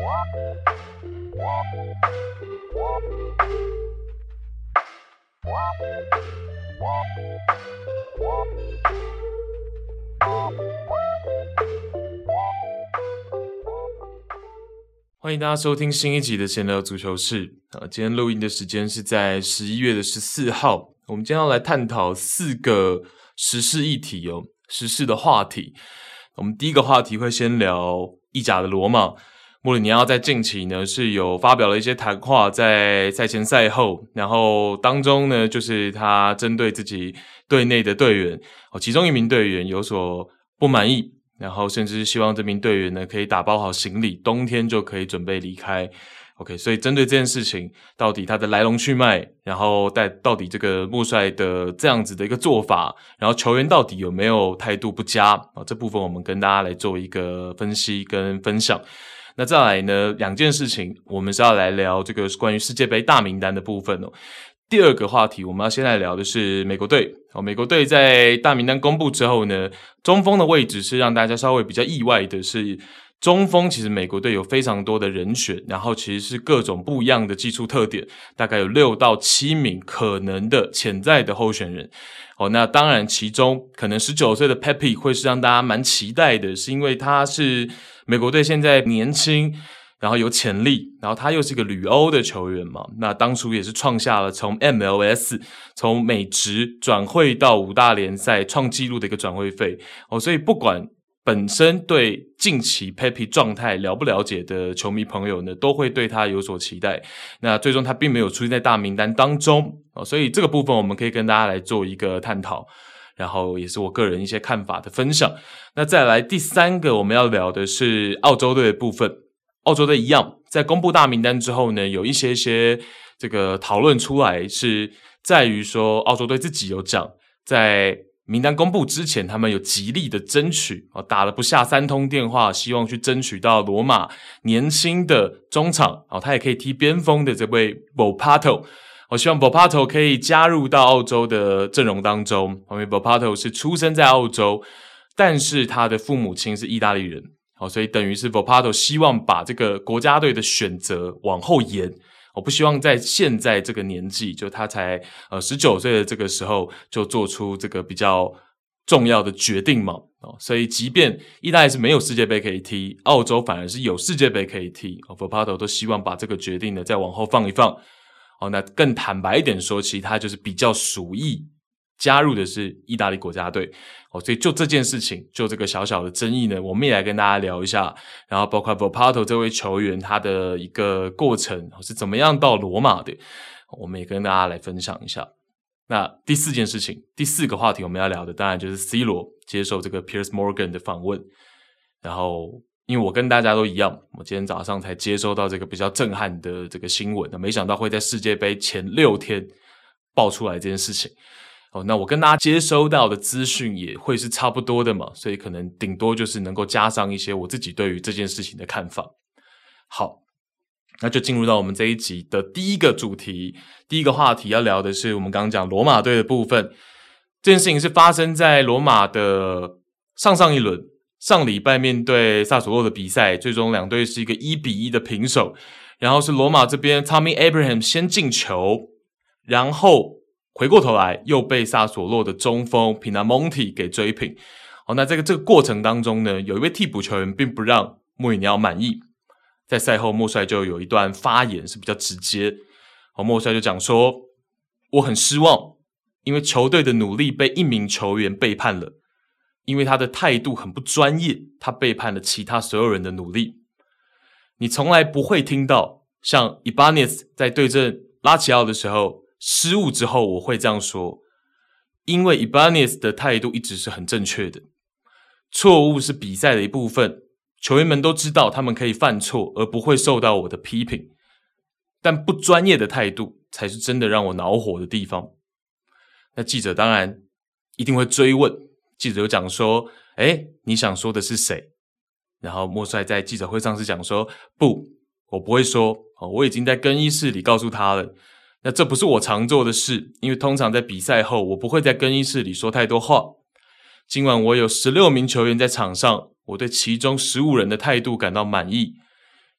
欢迎大家收听新一集的闲聊足球室。今天录音的时间是在11月14号。我们今天要来探讨4个时事议题时事的话题。我们第一个话题会先聊意甲的罗马。穆里尼奥在近期呢是有发表了一些谈话，在赛前赛后，然后当中呢就是他针对自己队内的队员，其中一名队员有所不满意，然后甚至是希望这名队员呢可以打包好行李，冬天就可以准备离开。OK， 所以针对这件事情，到底它的来龙去脉，然后到底这个穆帅的这样子的一个做法，然后球员到底有没有态度不佳，这部分我们跟大家来做一个分析跟分享。那再来呢，2件事情，我们是要来聊这个关于世界杯大名单的部分第二个话题，我们要先来聊的是美国队。美国队在大名单公布之后呢，中锋的位置是让大家稍微比较意外的是，中锋其实美国队有非常多的人选，然后其实是各种不一样的技术特点，大概有6到7名可能的潜在的候选人。那当然其中可能19岁的 Pepe 会是让大家蛮期待的，是因为他是美国队现在年轻，然后有潜力，然后他又是一个旅欧的球员嘛，那当初也是创下了从 MLS 从美职转会到5大联赛创纪录的一个转会费所以不管本身对近期 Pepe 状态了不了解的球迷朋友呢，都会对他有所期待。那最终他并没有出现在大名单当中所以这个部分我们可以跟大家来做一个探讨，然后也是我个人一些看法的分享。那再来第3个我们要聊的是澳洲队的部分。澳洲队一样，在公布大名单之后呢，有一些这个讨论出来，是在于说澳洲队自己有讲，在名单公布之前，他们有极力的争取打了不下3通电话，希望去争取到罗马年轻的中场他也可以踢边锋的这位 Volpato。我希望 Volpato 可以加入到澳洲的阵容当中，因为 Volpato 是出生在澳洲，但是他的父母亲是意大利人所以等于是 Volpato 希望把这个国家队的选择往后延，我不希望在现在这个年纪，就他才19岁的这个时候就做出这个比较重要的决定嘛所以即便意大利是没有世界杯可以踢，澳洲反而是有世界杯可以踢Volpato 都希望把这个决定呢再往后放一放那更坦白一点说，其实他就是比较属意加入的是意大利国家队所以就这件事情，就这个小小的争议呢，我们也来跟大家聊一下，然后包括 Volpato 这位球员他的一个过程是怎么样到罗马的，我们也跟大家来分享一下。那第4件事情，第4个话题我们要聊的当然就是 C 罗接受这个 Piers Morgan 的访问，然后因为我跟大家都一样，我今天早上才接收到这个比较震撼的这个新闻，没想到会在世界杯前6天爆出来这件事情那我跟大家接收到的资讯也会是差不多的嘛，所以可能顶多就是能够加上一些我自己对于这件事情的看法。好，那就进入到我们这一集的第一个主题，第一个话题要聊的是我们刚刚讲罗马队的部分。这件事情是发生在罗马的上一轮，上礼拜面对萨索洛的比赛，最终两队是一个1-1的平手，然后是罗马这边 Tammy Abraham 先进球，然后回过头来又被萨索洛的中锋 Pinamonti 给追平那这个过程当中呢，有一位替补球员并不让穆里尼奥满意，在赛后穆帅就有一段发言是比较直接穆帅就讲说，我很失望，因为球队的努力被一名球员背叛了，因为他的态度很不专业，他背叛了其他所有人的努力。你从来不会听到像 Ibanez 在对阵拉齐奥的时候失误之后我会这样说，因为 Ibanez 的态度一直是很正确的，错误是比赛的一部分，球员们都知道他们可以犯错而不会受到我的批评，但不专业的态度才是真的让我恼火的地方。那记者当然一定会追问，记者就讲说你想说的是谁？然后莫帅在记者会上是讲说，不，我不会说我已经在更衣室里告诉他了，那这不是我常做的事，因为通常在比赛后我不会在更衣室里说太多话。今晚我有16名球员在场上，我对其中15人的态度感到满意，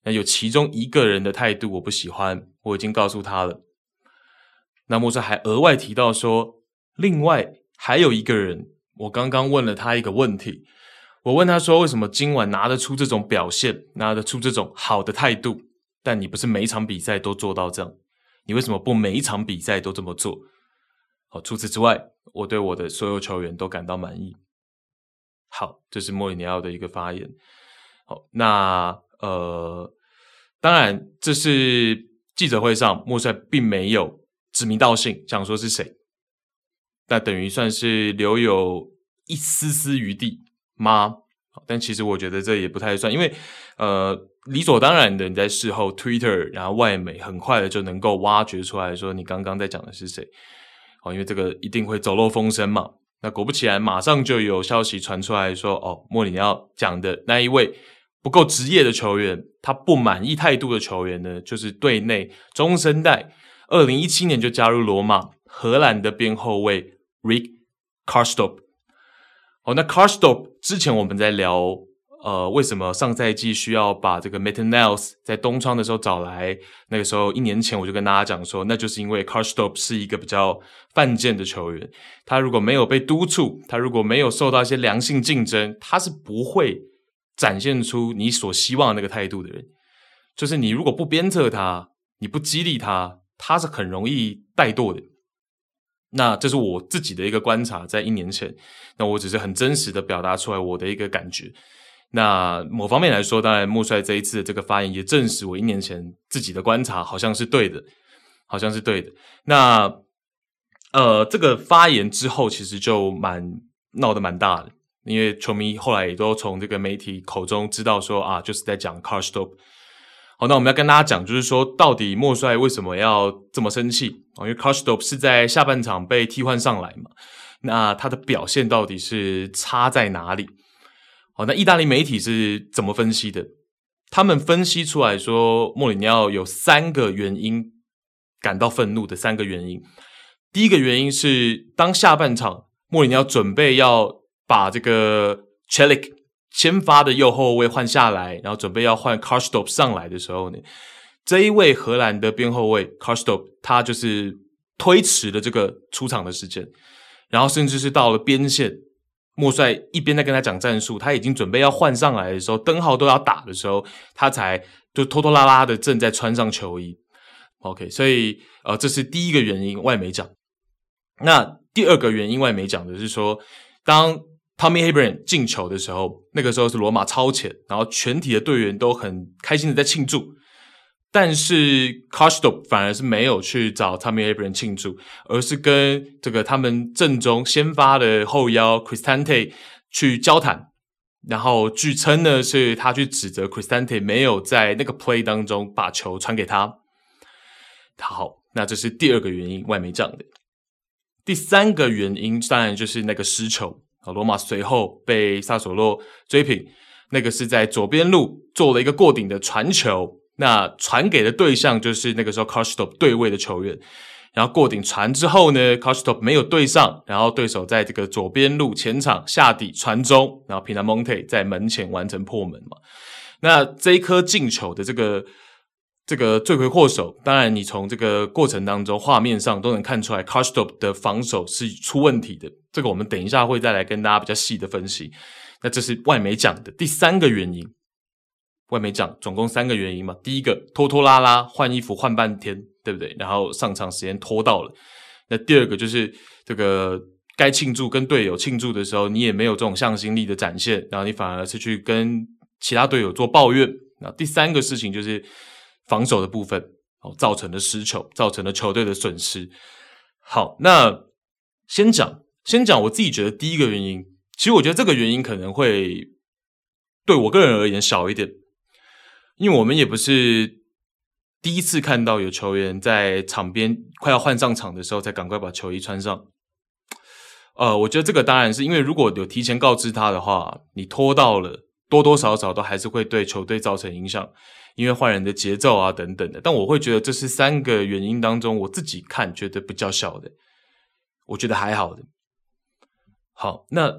那有其中一个人的态度我不喜欢，我已经告诉他了。那莫帅还额外提到说，另外还有一个人，我刚刚问了他一个问题，我问他说，为什么今晚拿得出这种表现，拿得出这种好的态度，但你不是每一场比赛都做到这样，你为什么不每一场比赛都这么做？除此之外，我对我的所有球员都感到满意。好，这是莫里尼奥的一个发言。好，那当然这是记者会上莫帅并没有指名道姓讲说是谁，那等于算是留有一丝丝余地吗？但其实我觉得这也不太算，因为理所当然的你在事后 Twitter 然后外媒很快的就能够挖掘出来说你刚刚在讲的是谁，因为这个一定会走漏风声嘛。那果不其然，马上就有消息传出来说，莫里尼奥讲的那一位不够职业的球员，他不满意态度的球员呢，就是队内中生代2017年就加入罗马荷兰的边后卫 Rick Karstorp。那 Karstorp 之前我们在聊为什么上赛季需要把这个 Maitland Niles 在冬窗的时候找来，那个时候1年前我就跟大家讲说，那就是因为 Karstorp 是一个比较犯贱的球员，他如果没有被督促，他如果没有受到一些良性竞争，他是不会展现出你所希望的那个态度的人。就是你如果不鞭策他，你不激励他，他是很容易怠惰的。那这是我自己的一个观察，在1年前，那我只是很真实的表达出来我的一个感觉。那某方面来说，当然莫帅这一次的这个发言也证实我1年前自己的观察好像是对的，好像是对的。那这个发言之后其实就闹得蛮大的，因为球迷后来也都从这个媒体口中知道说就是在讲 Karstorp。好，那我们要跟大家讲，就是说到底莫帅为什么要这么生气？因为 Karstorp 是在下半场被替换上来嘛，那他的表现到底是差在哪里？好，那意大利媒体是怎么分析的？他们分析出来说，莫里尼奥有3个原因感到愤怒的3个原因。第一个原因是，当下半场莫里尼奥准备要把这个 Celik 先发的右后卫换下来，然后准备要换 Karstorp 上来的时候呢，这一位荷兰的边后卫 Karstorp 他就是推迟了这个出场的时间，然后甚至是到了边线，莫帅一边在跟他讲战术，他已经准备要换上来的时候，灯号都要打的时候，他才就拖拖拉拉的正在穿上球衣。OK， 所以这是第一个原因，外媒讲。那第二个原因，外媒讲的是说，当Tommy Abraham 进球的时候，那个时候是罗马超前，然后全体的队员都很开心的在庆祝，但是 Karstorp 反而是没有去找 Tommy Abraham 庆祝，而是跟这个他们阵中先发的后腰 Cristante 去交谈，然后据称呢是他去指责 Cristante 没有在那个 play 当中把球传给他。好，那这是第二个原因，外媒讲的。第3个原因当然就是那个失球，罗马随后被萨索洛追平，那个是在左边路做了一个过顶的传球，那传给的对象就是那个时候 Karstorp 对位的球员，然后过顶传之后呢 Karstorp 没有对上，然后对手在这个左边路前场下底传中，然后Pinamonti在门前完成破门嘛。那这一颗进球的这个罪魁祸首，当然你从这个过程当中画面上都能看出来 Karstorp 的防守是出问题的，这个我们等一下会再来跟大家比较细的分析。那这是外媒讲的第3个原因，外媒讲总共3个原因嘛。第一个，拖拖拉拉换衣服换半天，对不对？然后上场时间拖到了。那第二个就是这个该庆祝跟队友庆祝的时候，你也没有这种向心力的展现，然后你反而是去跟其他队友做抱怨。那第3个事情就是防守的部分造成的失球，造成了球队的损失。好，那先讲我自己觉得第一个原因，其实我觉得这个原因可能会对我个人而言小一点，因为我们也不是第一次看到有球员在场边快要换上场的时候才赶快把球衣穿上。我觉得这个当然是因为如果有提前告知他的话，你拖到了多多少少都还是会对球队造成影响，因为换人的节奏啊等等的。但我会觉得这是3个原因当中我自己看觉得比较小的，我觉得还好的。好，那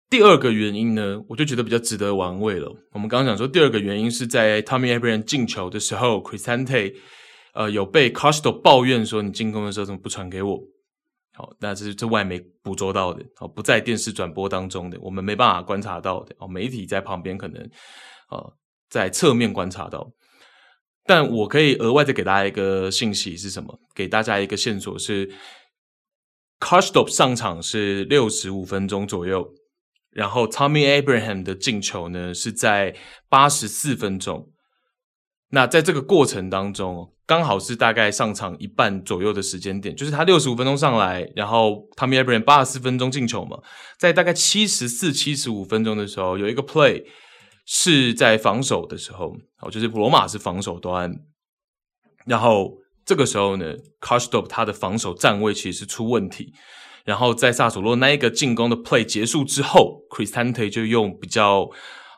第二个原因呢，我就觉得比较值得玩味了。我们刚刚讲说，第二个原因是在 Tammy Abraham 进球的时候 ，Cristante 有被 Castro 抱怨说你进攻的时候怎么不传给我？好，那这外媒捕捉到的，不在电视转播当中的，我们没办法观察到的，媒体在旁边可能在侧面观察到。但我可以额外再给大家一个信息是什么？给大家一个线索是 Castro 上场是65分钟左右。然后 Tammy Abraham 的进球呢是在84分钟，那在这个过程当中刚好是大概上场一半左右的时间点，就是他65分钟上来，然后 Tammy Abraham 84分钟进球嘛，在大概74、75分钟的时候有一个 play 是在防守的时候，就是罗马是防守端，然后这个时候呢 Castro 他的防守站位其实是出问题，然后在萨索洛那一个进攻的 play 结束之后 Cristante 就用比较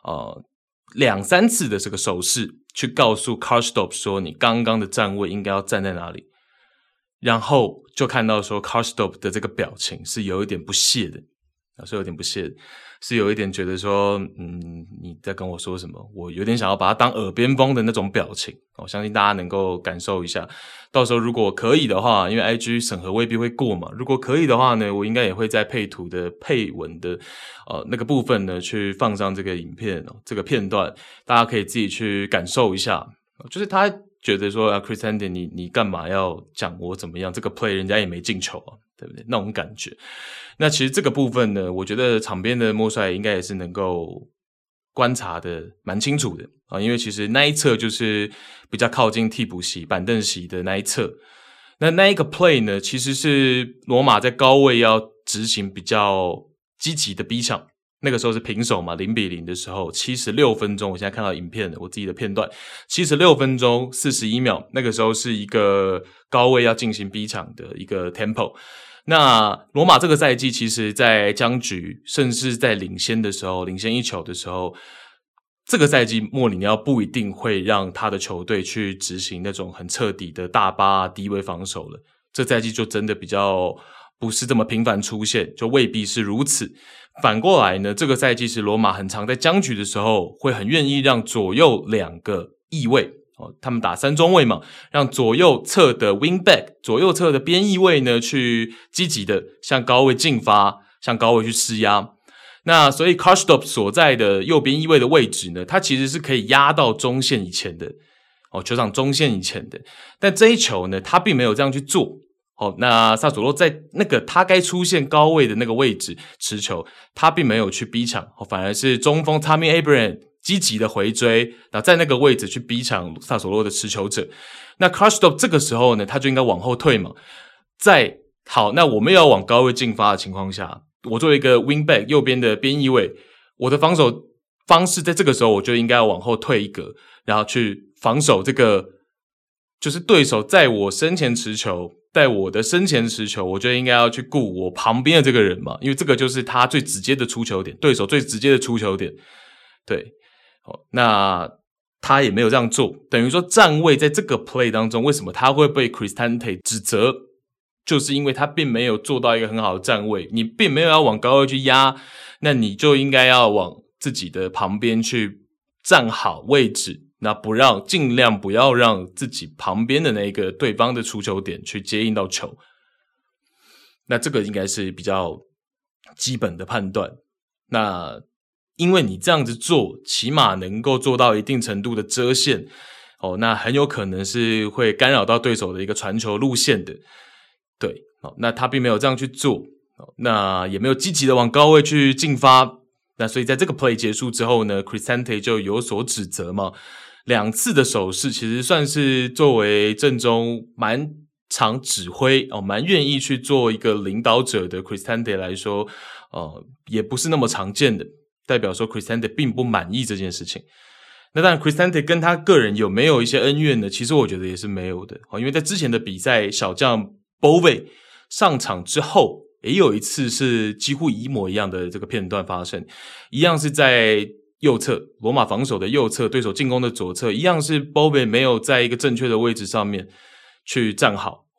2-3次的这个手势去告诉 Castro 说你刚刚的站位应该要站在哪里，然后就看到说 Castro 的这个表情是有一点不屑的，是有点不屑的，是有一点觉得说你在跟我说什么，我有点想要把它当耳边风的那种表情，我相信大家能够感受一下，到时候如果可以的话，因为 IG 审核未必会过嘛，如果可以的话呢，我应该也会在配图的配文的那个部分呢去放上这个影片这个片段，大家可以自己去感受一下，就是他觉得说Cristante 你干嘛要讲我怎么样，这个 play 人家也没进球啊，对不对？那种感觉。那其实这个部分呢，我觉得场边的莫帅应该也是能够观察的蛮清楚的因为其实那一侧就是比较靠近替补席板凳席的那一侧，那一个 play 呢其实是罗马在高位要执行比较积极的逼抢，那个时候是平手嘛，0-0的时候76分钟，我现在看到影片了，我自己的片段76分钟41秒，那个时候是一个高位要进行逼抢的一个 tempo。那罗马这个赛季其实在僵局甚至在领先的时候，领先1球的时候，这个赛季莫里尼奥不一定会让他的球队去执行那种很彻底的大巴低位防守了，这赛季就真的比较不是这么频繁出现，就未必是如此。反过来呢，这个赛季是罗马很常在僵局的时候会很愿意让左右2个翼位他们打3中卫嘛，让左右侧的 wingback 左右侧的边翼位呢去积极的向高位进发，向高位去施压。那所以 Castro 所在的右边翼位的位置呢，它其实是可以压到中线以前的球场中线以前的，但这一球呢他并没有这样去做那萨索洛在那个他该出现高位的那个位置持球，他并没有去逼抢反而是中锋 Tammy Abraham 积极的回追，然后在那个位置去逼抢萨索洛的持球者。那 Castro 这个时候呢，他就应该往后退嘛。好，那我们要往高位进发的情况下，我作为一个 wingback 右边的边翼位，我的防守方式在这个时候我就应该要往后退一格，然后去防守这个就是对手在我身前持球，在我的身前持球，我就应该要去顾我旁边的这个人嘛，因为这个就是他最直接的出球点，对手最直接的出球点。对，那他也没有这样做，等于说站位在这个 play 当中，为什么他会被 Cristante 指责，就是因为他并没有做到一个很好的站位，你并没有要往高位去压，那你就应该要往自己的旁边去站好位置，那尽量不要让自己旁边的那个对方的出球点去接应到球，那这个应该是比较基本的判断。那因为你这样子做起码能够做到一定程度的遮线那很有可能是会干扰到对手的一个传球路线的。对，那他并没有这样去做，那也没有积极的往高位去进发，那所以在这个 play 结束之后呢 Cristante 就有所指责嘛，2次的手势其实算是作为阵中蛮常指挥蛮愿意去做一个领导者的 Cristante 来说也不是那么常见的，代表说 Cristante 并不满意这件事情。那当然 Cristante 跟他个人有没有一些恩怨呢？其实我觉得也是没有的因为在之前的比赛小将 Bove 上场之后也有一次是几乎一模一样的这个片段发生，一样是在右侧罗马防守的右侧，对手进攻的左侧，一样是 Bove 没有在一个正确的位置上面去站好，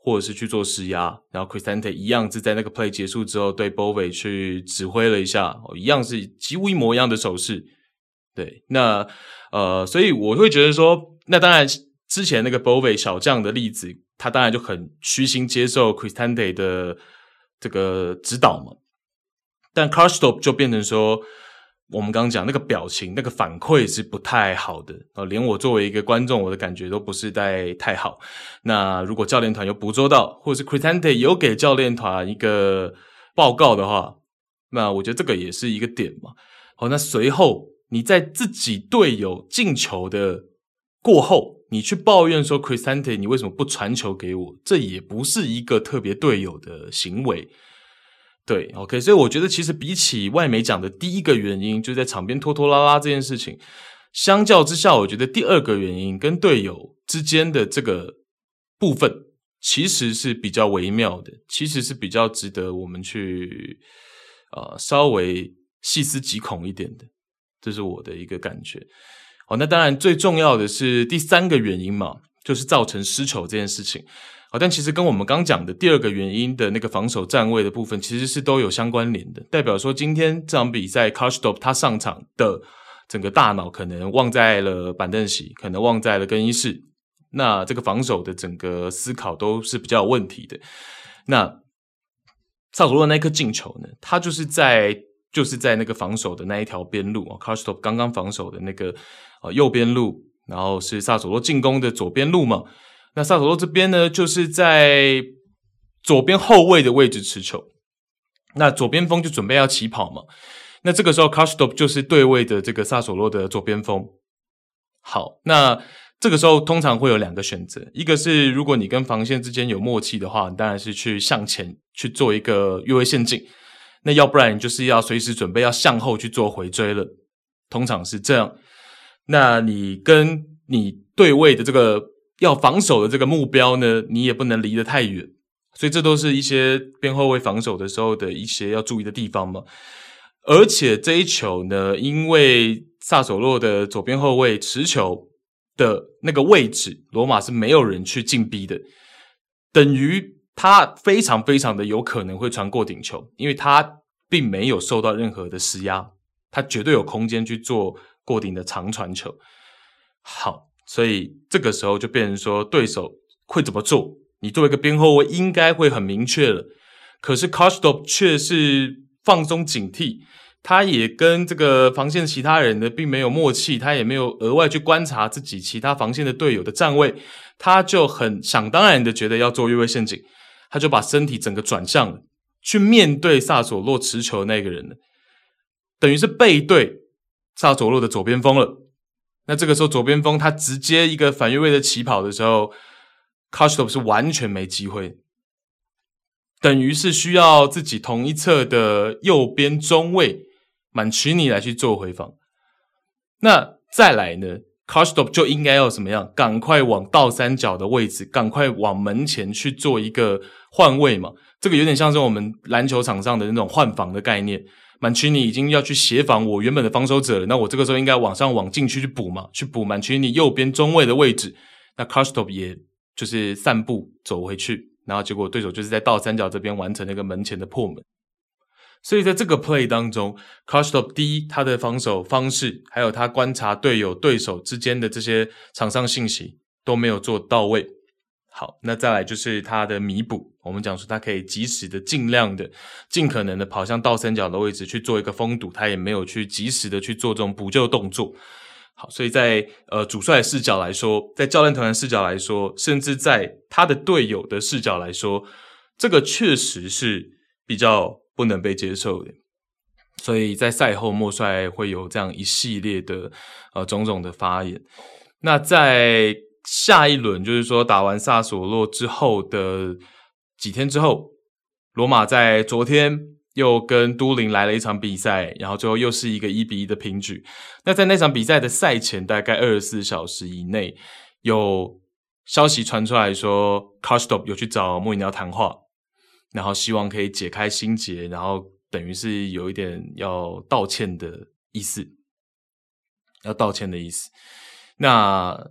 或者是去做施压，然后 Cristante 一样是在那个 play 结束之后对 Bove 去指挥了一下，一样是几乎一模一样的手势。对，那所以我会觉得说，那当然之前那个 Bove 小将的例子，他当然就很虚心接受 Cristante 的这个指导嘛。但 Karsdorp 就变成说，我们刚刚讲那个表情、那个反馈是不太好的，连我作为一个观众，我的感觉都不是太好。那如果教练团有捕捉到，或者是 Cristante 有给教练团一个报告的话，那我觉得这个也是一个点嘛。好，那随后你在自己队友进球的过后，你去抱怨说 Cristante 你为什么不传球给我，这也不是一个特别队友的行为。对 ，OK， 所以我觉得其实比起外媒讲的第一个原因，就在场边拖拖拉拉这件事情，相较之下，我觉得第二个原因跟队友之间的这个部分，其实是比较微妙的，其实是比较值得我们去稍微细思极恐一点的，这是我的一个感觉。好，那当然最重要的是第三个原因嘛，就是造成失球这件事情。好，但其实跟我们刚讲的第二个原因的那个防守站位的部分，其实是都有相关联的。代表说，今天这场比赛 Karsdorp 他上场的整个大脑可能忘在了板凳席，可能忘在了更衣室。那这个防守的整个思考都是比较有问题的。那萨索洛那颗进球呢，他就是在那个防守的那一条边路Karsdorp 刚刚防守的那个右边路，然后是萨索洛进攻的左边路嘛。那萨索洛这边呢，就是在左边后卫的位置持球，那左边锋就准备要起跑嘛。那这个时候 Karsdorp 就是对位的这个萨索洛的左边锋。好，那这个时候通常会有两个选择，一个是如果你跟防线之间有默契的话，你当然是去向前去做一个越位陷阱，那要不然你就是要随时准备要向后去做回追了，通常是这样。那你跟你对位的这个要防守的这个目标呢，你也不能离得太远，所以这都是一些边后卫防守的时候的一些要注意的地方嘛。而且这一球呢，因为萨索洛的左边后卫持球的那个位置，罗马是没有人去进逼的，等于他非常非常的有可能会传过顶球，因为他并没有受到任何的施压，他绝对有空间去做过顶的长传球。好，所以这个时候就变成说对手会怎么做，你作为一个边后卫应该会很明确了。可是 Karsdorp 却是放松警惕，他也跟这个防线其他人呢并没有默契，他也没有额外去观察自己其他防线的队友的站位，他就很想当然的觉得要做越位陷阱，他就把身体整个转向了，去面对萨索洛持球的那个人了，等于是背对萨索洛的左边锋了。那这个时候左边锋他直接一个反越位的起跑的时候， Karsdorp 是完全没机会，等于是需要自己同一侧的右边中卫Mancini来去做回防。那再来呢， Karsdorp 就应该要怎么样，赶快往倒三角的位置，赶快往门前去做一个换位嘛。这个有点像是我们篮球场上的那种换防的概念，Mancini 已经要去协防我原本的防守者了，那我这个时候应该往禁区去补嘛，去补Mancini右边中卫的位置。那 Karsdorp 也就是散步走回去，然后结果对手就是在倒三角这边完成那个门前的破门。所以在这个 play 当中， Karsdorp 第一，他的防守方式还有他观察队友对手之间的这些场上信息都没有做到位。好，那再来就是他的弥补，我们讲说他可以及时的尽可能的跑向倒三角的位置去做一个封堵，他也没有去及时的去做这种补救动作。好，所以在主帅的视角来说，在教练团的视角来说，甚至在他的队友的视角来说，这个确实是比较不能被接受的。所以在赛后莫帅会有这样一系列的种种的发言。那在下一轮就是说打完萨索洛之后的几天之后，罗马在昨天又跟都灵来了一场比赛，然后最后又是一个1-1的平局。那在那场比赛的赛前大概24小时以内，有消息传出来说 Karsdorp 有去找穆里尼奥谈话，然后希望可以解开心结，然后等于是有一点要道歉的意思。那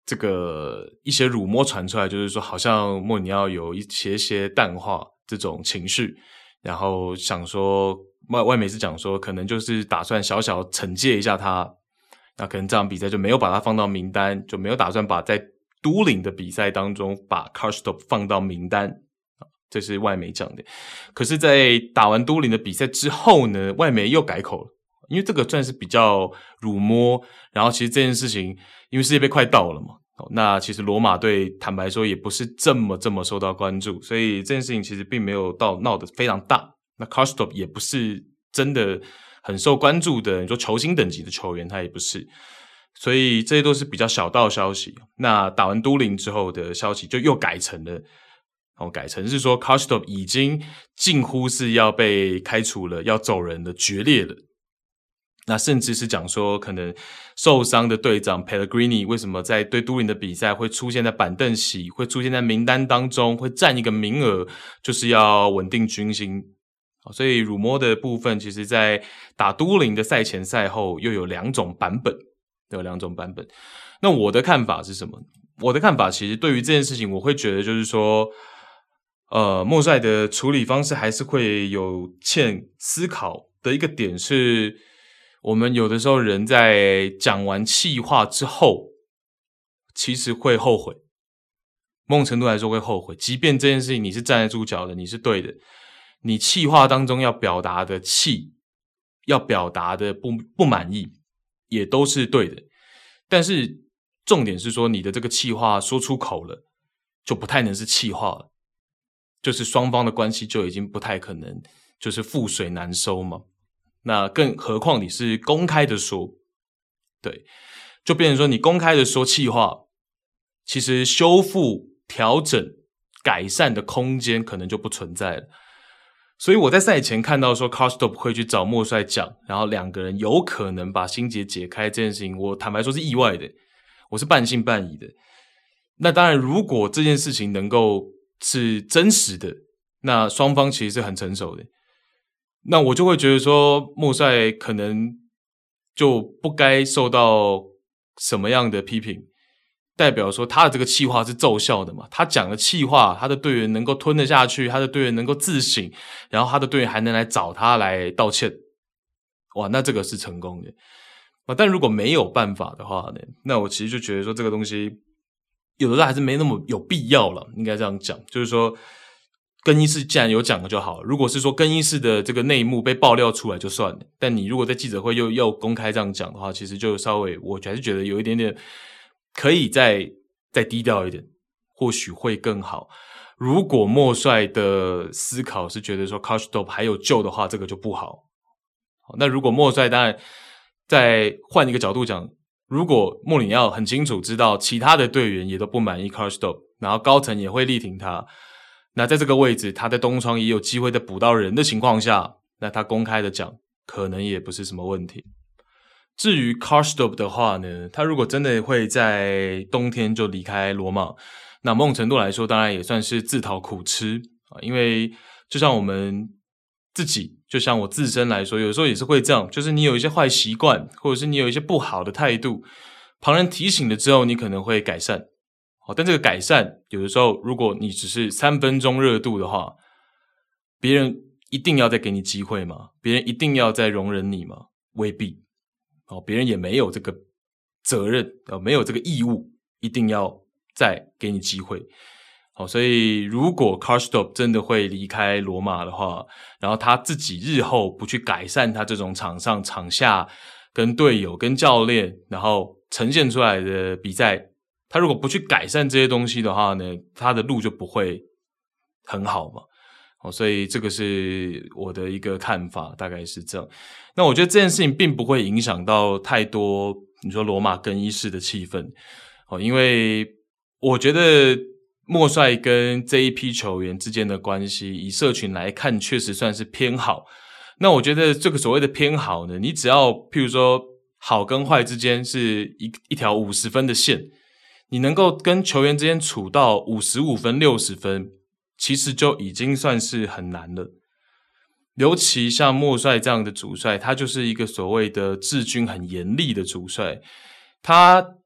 这个一些rumor传出来，就是说好像莫里奥有一些淡化这种情绪，然后想说外媒是讲说可能就是打算小小惩戒一下他，那可能这场比赛就没有把他放到名单，就没有打算把在都灵的比赛当中把 Karsdorp 放到名单，这是外媒讲的。可是在打完都灵的比赛之后呢，外媒又改口了，因为这个算是比较rumor，然后其实这件事情因为世界杯快到了嘛，那其实罗马队坦白说也不是这么受到关注，所以这件事情其实并没有到闹得非常大。那 Karsdorp 也不是真的很受关注的，你说球星等级的球员他也不是，所以这些都是比较小道消息。那打完都灵之后的消息就又改成是说 Karsdorp 已经近乎是要被开除了，要走人的决裂了。那甚至是讲说可能受伤的队长 Pellegrini 为什么在对都灵的比赛会出现在板凳席，会出现在名单当中，会占一个名额，就是要稳定军心。所以rumor的部分其实在打都灵的赛前赛后又有两种版本。那我的看法是什么？我的看法其实对于这件事情我会觉得就是说莫帅的处理方式还是会有欠思考的一个点是，我们有的时候人在讲完气话之后其实会后悔，某种程度来说会后悔，即便这件事情你是站得住脚的，你是对的，你气话当中要表达的气，要表达的不满意也都是对的，但是重点是说你的这个气话说出口了就不太能是气话了，就是双方的关系就已经不太可能就是覆水难收嘛。那更何况你是公开的说，对，就变成说你公开的说气话，其实修复、调整、改善的空间可能就不存在了。所以我在赛前看到说 Karsdorp 会去找莫帅讲，然后两个人有可能把心结解开这件事情，我坦白说是意外的，我是半信半疑的。那当然如果这件事情能够是真实的，那双方其实是很成熟的，那我就会觉得说莫帅可能就不该受到什么样的批评，代表说他的这个气话是奏效的嘛，他讲的气话他的队员能够吞得下去，他的队员能够自省，然后他的队员还能来找他来道歉，哇，那这个是成功的。但如果没有办法的话呢，那我其实就觉得说这个东西有的时候还是没那么有必要了，应该这样讲，就是说更衣室既然有讲了就好了，如果是说更衣室的这个内幕被爆料出来就算了，但你如果在记者会又公开这样讲的话，其实就稍微我还是觉得有一点点可以再低调一点，或许会更好。如果莫帅的思考是觉得说 Karsdorp 还有救的话，这个就不好。那如果莫帅当然再换一个角度讲，如果莫里奥很清楚知道其他的队员也都不满意 Karsdorp， 然后高层也会力挺他，那在这个位置他在东窗也有机会再补到人的情况下，那他公开的讲可能也不是什么问题。至于 Karsdorp 的话呢，他如果真的会在冬天就离开罗马，那某种程度来说当然也算是自讨苦吃，因为就像我们自己，就像我自身来说，有时候也是会这样，就是你有一些坏习惯，或者是你有一些不好的态度，旁人提醒了之后你可能会改善，但这个改善有的时候如果你只是3分钟热度的话，别人一定要再给你机会吗？别人一定要再容忍你吗？未必，别人也没有这个责任，没有这个义务一定要再给你机会。所以如果 Karsdorp 真的会离开罗马的话，然后他自己日后不去改善他这种场上场下跟队友跟教练然后呈现出来的比赛，他如果不去改善这些东西的话呢，他的路就不会很好嘛。所以这个是我的一个看法，大概是这样。那我觉得这件事情并不会影响到太多你说罗马更衣室的气氛，因为我觉得莫帅跟这一批球员之间的关系以社群来看确实算是偏好。那我觉得这个所谓的偏好呢，你只要譬如说好跟坏之间是一条50分的线，你能够跟球员之间处到55分60分，其实就已经算是很难了。尤其像莫帅这样的主帅，他就是一个所谓的治军很严厉的主帅，他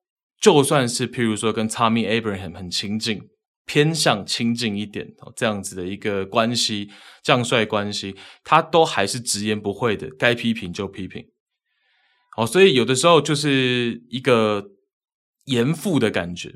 就算是譬如说跟 Tommy Abraham 很亲近，偏向亲近一点这样子的一个关系，将帅关系，他都还是直言不讳的，该批评就批评。所以有的时候就是一个严父的感觉，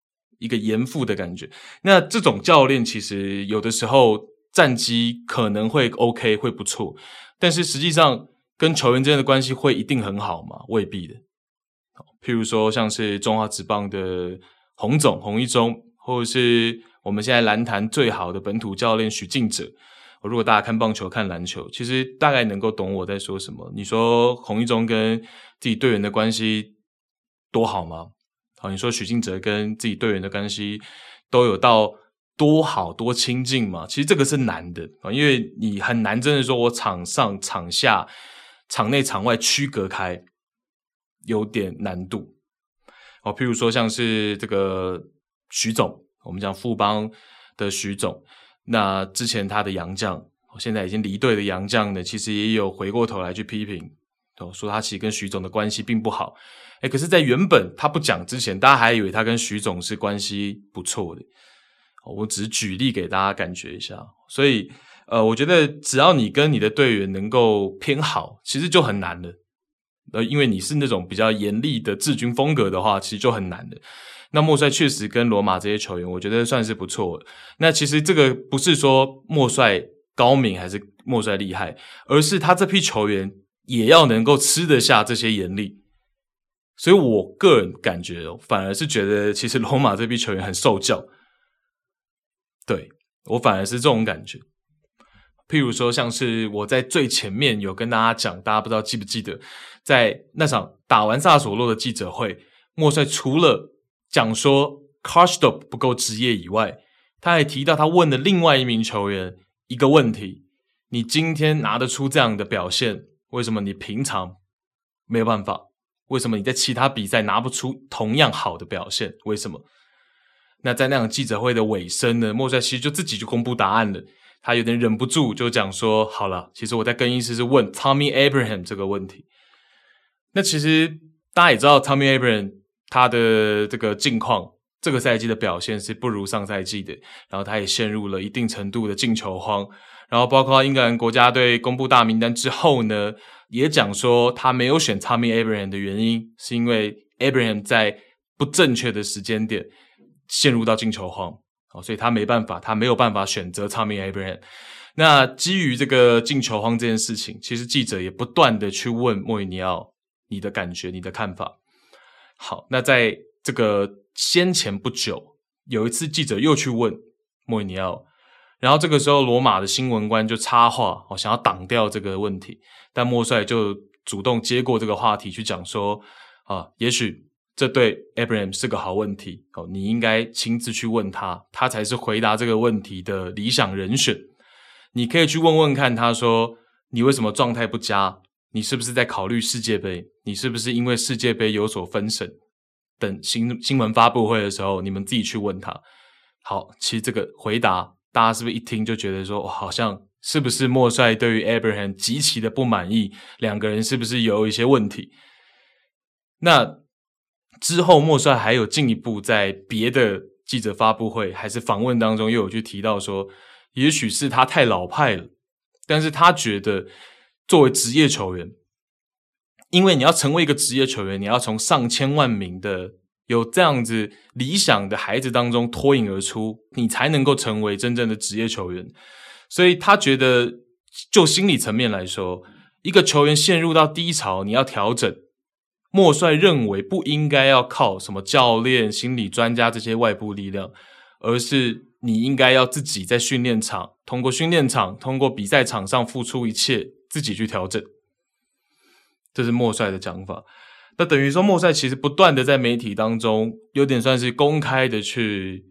那这种教练其实有的时候战绩可能会 OK 会不错，但是实际上跟球员之间的关系会一定很好吗？未必的。譬如说像是中华职棒的洪一中，或者是我们现在篮坛最好的本土教练许晋哲，如果大家看棒球看篮球，其实大概能够懂我在说什么。你说洪一中跟自己队员的关系多好吗？你说许晋哲跟自己队员的关系都有到多好多亲近吗？其实这个是难的，因为你很难真的说我场上场下场内场外区隔开，有点难度。譬如说像是这个许总，我们讲富邦的许总，那之前他的洋将，现在已经离队的洋将呢，其实也有回过头来去批评，说他其实跟许总的关系并不好。可是在原本他不讲之前，大家还以为他跟许总是关系不错的。我只是举例给大家感觉一下。所以我觉得只要你跟你的队员能够偏好，其实就很难了。因为你是那种比较严厉的治军风格的话，其实就很难了。那莫帅确实跟罗马这些球员，我觉得算是不错的。那其实这个不是说莫帅高明还是莫帅厉害，而是他这批球员也要能够吃得下这些严厉。所以我个人感觉反而是觉得其实罗马这批球员很受教。对，我反而是这种感觉。譬如说像是我在最前面有跟大家讲，大家不知道记不记得，在那场打完萨索洛的记者会，莫帅除了讲说 Karsdorp 不够职业以外，他还提到他问了另外一名球员一个问题：你今天拿得出这样的表现，为什么你平常没有办法？为什么你在其他比赛拿不出同样好的表现？为什么？那在那场记者会的尾声呢，莫帅其实就自己就公布答案了。他有点忍不住就讲说，好了，其实我在更衣室是问 Tommy Abraham 这个问题。那其实大家也知道 Tommy Abraham 他的这个近况，这个赛季的表现是不如上赛季的，然后他也陷入了一定程度的进球荒，然后包括英格兰国家队公布大名单之后呢，也讲说他没有选 Tommy Abraham 的原因是因为 Abraham 在不正确的时间点陷入到进球荒，所以他没有办法选择 Tommy Abraham。 那基于这个进球荒这件事情，其实记者也不断的去问莫里尼奥你的感觉你的看法。好，那在这个先前不久有一次记者又去问莫里尼奥，然后这个时候罗马的新闻官就插话，想要挡掉这个问题，但莫帅就主动接过这个话题去讲说，也许这对 Abraham 是个好问题，你应该亲自去问他，他才是回答这个问题的理想人选。你可以去问问看他说，你为什么状态不佳？你是不是在考虑世界杯？你是不是因为世界杯有所分神？等新闻发布会的时候，你们自己去问他。好，其实这个回答大家是不是一听就觉得说，好像是不是莫帅对于 Abraham 极其的不满意，两个人是不是有一些问题？那之后莫帅还有进一步在别的记者发布会还是访问当中又有去提到说，也许是他太老派了，但是他觉得作为职业球员，因为你要成为一个职业球员，你要从上千万名的有这样子理想的孩子当中脱颖而出，你才能够成为真正的职业球员。所以他觉得就心理层面来说，一个球员陷入到低潮，你要调整，莫帅认为不应该要靠什么教练、心理专家这些外部力量，而是你应该要自己在训练场，通过训练场，通过比赛场上付出一切，自己去调整。这是莫帅的讲法。那等于说莫帅其实不断的在媒体当中有点算是公开的去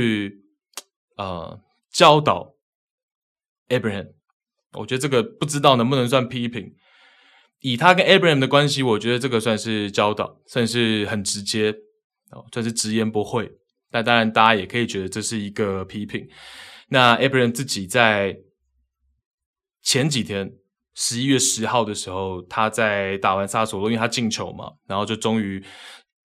教导 Abraham。 我觉得这个不知道能不能算批评，以他跟 Abraham 的关系，我觉得这个算是教导，算是很直接，算是直言不讳。但当然大家也可以觉得这是一个批评。那 Abraham 自己在前几天11月10号的时候，他在打完萨索洛，因为他进球嘛，然后就终于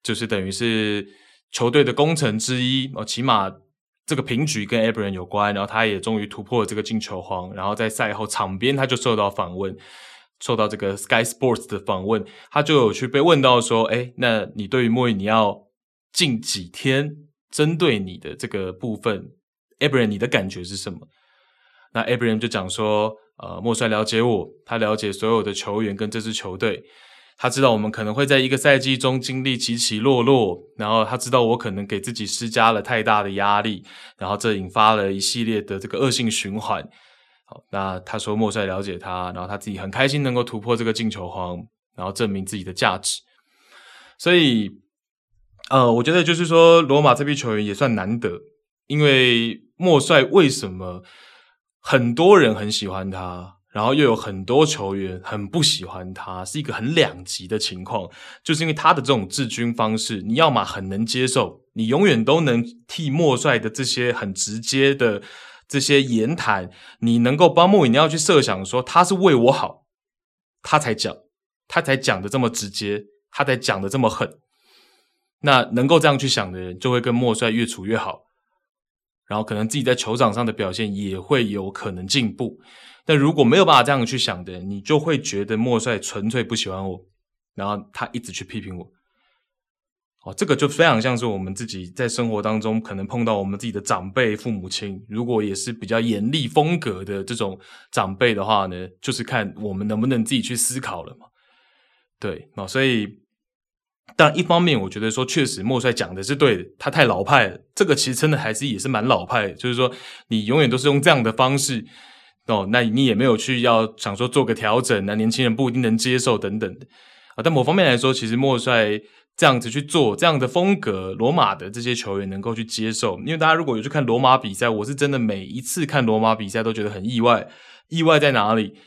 就是等于是球队的功臣之一起码这个平局跟 Abraham 有关，然后他也终于突破了这个进球荒，然后在赛后场边他就受到访问，受到这个 Sky Sports 的访问，他就有去被问到说那你对于莫里尼奥近几天针对你的这个部分 Abraham 你的感觉是什么？那 Abraham 就讲说莫帅了解我，他了解所有的球员跟这支球队，他知道我们可能会在一个赛季中经历起起落落，然后他知道我可能给自己施加了太大的压力，然后这引发了一系列的这个恶性循环。好，那他说莫帅了解他，然后他自己很开心能够突破这个进球荒，然后证明自己的价值。所以我觉得就是说罗马这批球员也算难得，因为莫帅为什么很多人很喜欢他，然后又有很多球员很不喜欢他，是一个很两极的情况，就是因为他的这种治军方式，你要嘛很能接受，你永远都能替莫帅的这些很直接的这些言谈，你能够帮莫里尼奥去设想说他是为我好，他才讲的这么直接，他才讲的这么狠。那能够这样去想的人，就会跟莫帅越处越好，然后可能自己在球场上的表现也会有可能进步。但如果没有办法这样去想的人，你就会觉得莫帅纯粹不喜欢我，然后他一直去批评我。这个就非常像是我们自己在生活当中可能碰到我们自己的长辈、父母亲，如果也是比较严厉风格的这种长辈的话呢，就是看我们能不能自己去思考了嘛。对，所以当然一方面我觉得说确实莫帅讲的是对的，他太老派了，这个其实真的还是也是蛮老派的，就是说你永远都是用这样的方式那你也没有去要想说做个调整，那年轻人不一定能接受等等的但某方面来说，其实莫帅这样子去做这样的风格，罗马的这些球员能够去接受。因为大家如果有去看罗马比赛，我是真的每一次看罗马比赛都觉得很意外。意外在哪里？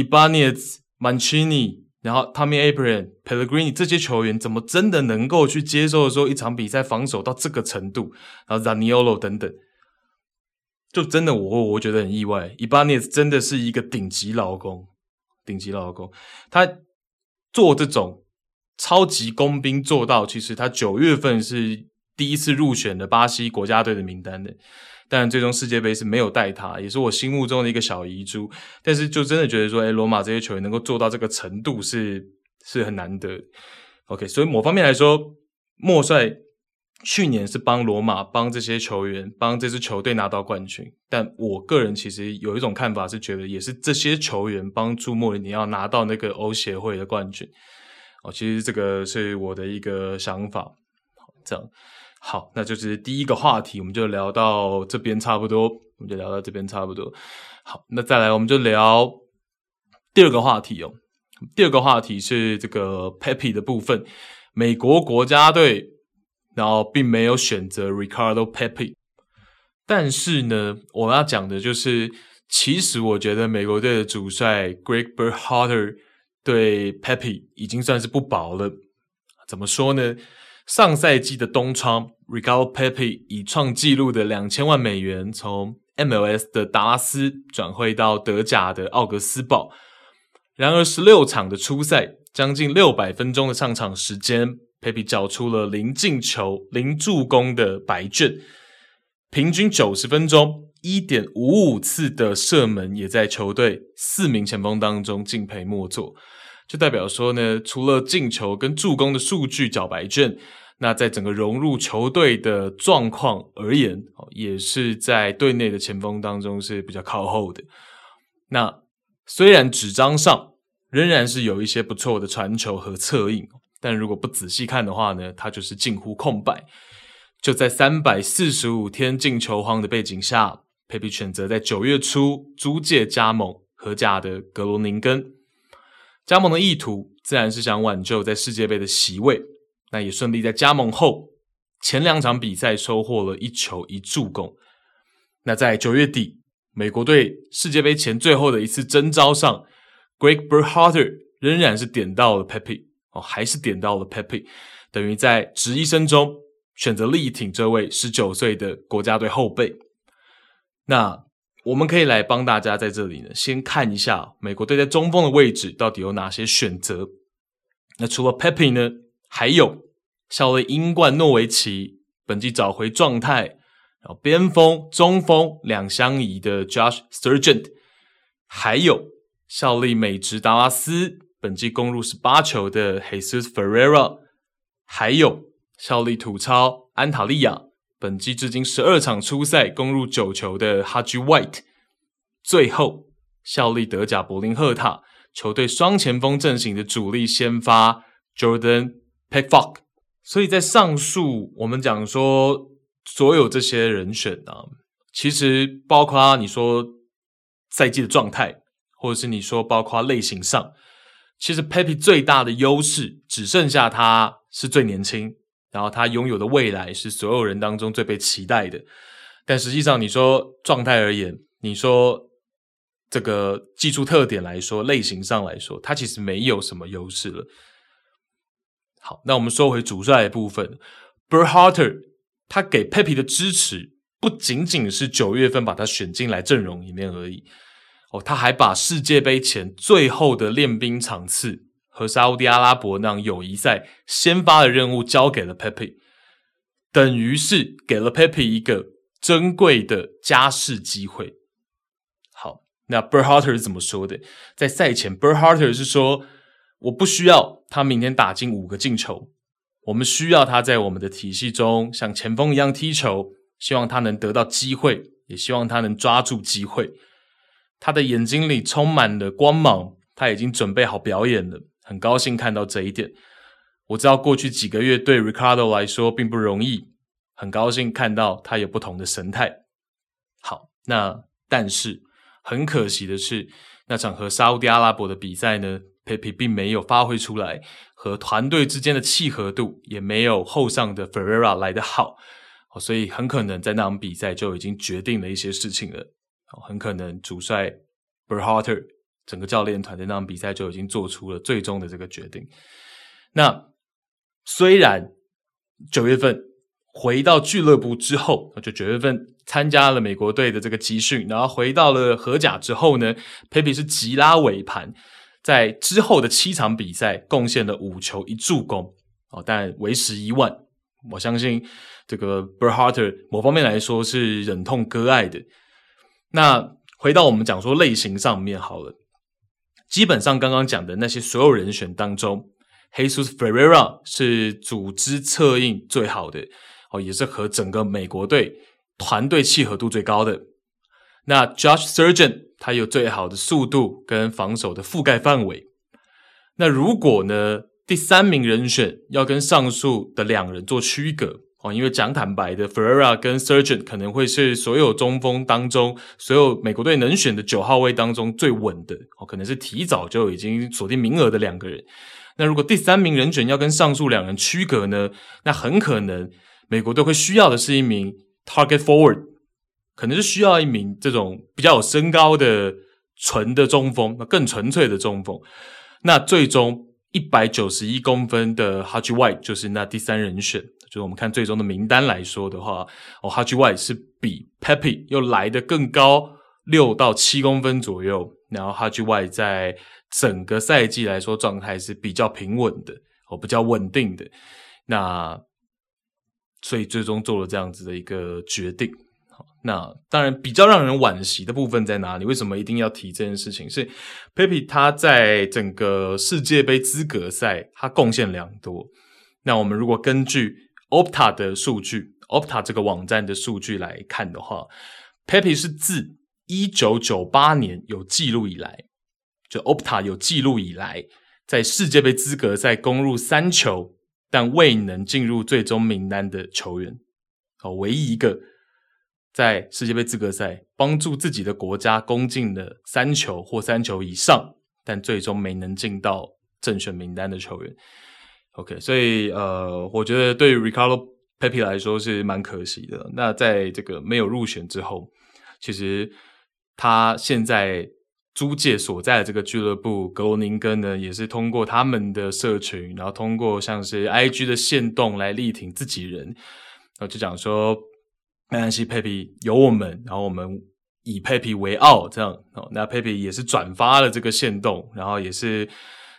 Ibanez、Mancini， 然后 Tammy Abraham、Pellegrini 这些球员怎么真的能够去接受说一场比赛防守到这个程度，然后 Zaniolo 等等，就真的我觉得很意外。Ibanez 真的是一个顶级劳工，他做这种超级工兵做到，其实他9月份是第一次入选的巴西国家队的名单的，当然最终世界杯是没有带他，也是我心目中的一个小遗珠，但是就真的觉得说罗马这些球员能够做到这个程度是很难得的。 OK， 所以某方面来说，莫帅去年是帮罗马帮这些球员帮这支球队拿到冠军，但我个人其实有一种看法是觉得也是这些球员帮助莫里尼奥拿到那个欧协会的冠军其实这个是我的一个想法。这样好，那就是第一个话题我们就聊到这边差不多，好，那再来我们就聊第二个话题第二个话题是这个 Pepe 的部分，美国国家队然后并没有选择 Ricardo Pepi， 但是呢我要讲的就是其实我觉得美国队的主帅 Greg Berhalter 对 Pepi 已经算是不薄了。怎么说呢？上赛季的冬窗 Ricardo Pepi 以创纪录的$2000万从 MLS 的达拉斯转会到德甲的奥格斯堡，然而16场的初赛，将近600分钟的上场时间，Pepi 缴出了0进球、0助攻的白卷，平均90分钟 1.55 次的射门，也在球队4名前锋当中敬陪末座。就代表说呢，除了进球跟助攻的数据缴白卷，那在整个融入球队的状况而言，也是在队内的前锋当中是比较靠后的。那虽然纸张上仍然是有一些不错的传球和策应，但如果不仔细看的话呢，它就是近乎空白。就在345天进球荒的背景下，佩皮选择在9月初租借加盟荷甲的格罗宁根。加盟的意图自然是想挽救在世界杯的席位，那也顺利在加盟后前2场比赛收获了1球1助攻。那在9月底美国队世界杯前最后的一次征召上， Greg Berhalter 仍然是点到了 Pepi， 还是点到了 Pepi， 等于在质疑声中选择力挺这位19岁的国家队后备。那我们可以来帮大家在这里呢，先看一下美国队在中锋的位置到底有哪些选择。那除了 Pepi 呢，还有效力英冠诺维奇，本季找回状态，然后边锋、中锋两相宜的 Josh Sargent， 还有效力美职达拉斯，本季攻入18球的 Jesus Ferreira， 还有效力土超安塔利亚，本季至今12场出赛攻入9球的 Haji White， 最后效力德甲柏林赫塔，球队双前锋阵型的主力先发 Jordan Pickford。 所以在上述我们讲说所有这些人选啊，其实包括你说赛季的状态，或者是你说包括类型上，其实 Pepe 最大的优势只剩下他是最年轻，然后他拥有的未来是所有人当中最被期待的。但实际上你说状态而言，你说这个技术特点来说，类型上来说，他其实没有什么优势了。好，那我们说回主帅的部分， Berhalter 他给 Pepe 的支持不仅仅是9月份把他选进来阵容里面而已，他还把世界杯前最后的练兵场次和沙烏地阿拉伯那场友谊赛先发的任务交给了 Pepe， 等于是给了 Pepe 一个珍贵的加试机会。好，那 Berhalter 是怎么说的？在赛前 Berhalter 是说，我不需要他明天打进5个进球，我们需要他在我们的体系中像前锋一样踢球，希望他能得到机会，也希望他能抓住机会。他的眼睛里充满了光芒，他已经准备好表演了，很高兴看到这一点。我知道过去几个月对 Ricardo 来说并不容易，很高兴看到他有不同的神态。好，那但是很可惜的是，那场和沙烏地阿拉伯的比赛呢，Pepe 并没有发挥出来，和团队之间的契合度也没有后上的 Ferreira 来得好，所以很可能在那场比赛就已经决定了一些事情了。很可能主帅 Berhalter 整个教练团在那场比赛就已经做出了最终的这个决定。那虽然9月份回到俱乐部之后，就9月份参加了美国队的这个集训，然后回到了荷甲之后呢， Pepe 是急拉尾盘，在之后的7场比赛贡献了5球1助攻，但为时已晚。我相信这个 Berhalter 某方面来说是忍痛割爱的。那回到我们讲说类型上面好了，基本上刚刚讲的那些所有人选当中， Jesus Ferreira 是组织策应最好的，也是和整个美国队团队契合度最高的。那 Josh Sargent 他有最好的速度跟防守的覆盖范围。那如果呢第3名人选要跟上述的2人做区隔，因为讲坦白的 Ferreira 跟 Sargent 可能会是所有中锋当中，所有美国队能选的9号位当中最稳的，可能是提早就已经锁定名额的2个人。那如果第3名人选要跟上述2人区隔呢，那很可能美国队会需要的是一名 target forward， 可能是需要一名这种比较有身高的纯的中锋，更纯粹的中锋。那最终191公分的 Haji White 就是那第3人选，就是我们看最终的名单来说的话，Haji White 是比 Pepe 又来得更高6到7公分左右，然后 Haji White 在整个赛季来说状态是比较平稳的，比较稳定的。那所以最终做了这样子的一个决定。那当然比较让人惋惜的部分在哪里？为什么一定要提这件事情？是 Pepe 他在整个世界杯资格赛他贡献良多。那我们如果根据 Opta 的数据， Opta 这个网站的数据来看的话， Pepe 是自1998年有记录以来，就 Opta 有记录以来，在世界杯资格赛攻入3球但未能进入最终名单的球员，唯一一个在世界杯资格赛帮助自己的国家攻进了3球或3球以上，但最终没能进到正选名单的球员。OK， 所以我觉得对 Ricardo Pepe 来说是蛮可惜的。那在这个没有入选之后，其实他现在租借所在的这个俱乐部格罗宁根呢，也是通过他们的社群，然后通过像是 IG 的限动来力挺自己人，然后就讲说没关系 Pepe 有我们，然后我们以 Pepe 为傲这样。那 Pepe 也是转发了这个限动，然后也是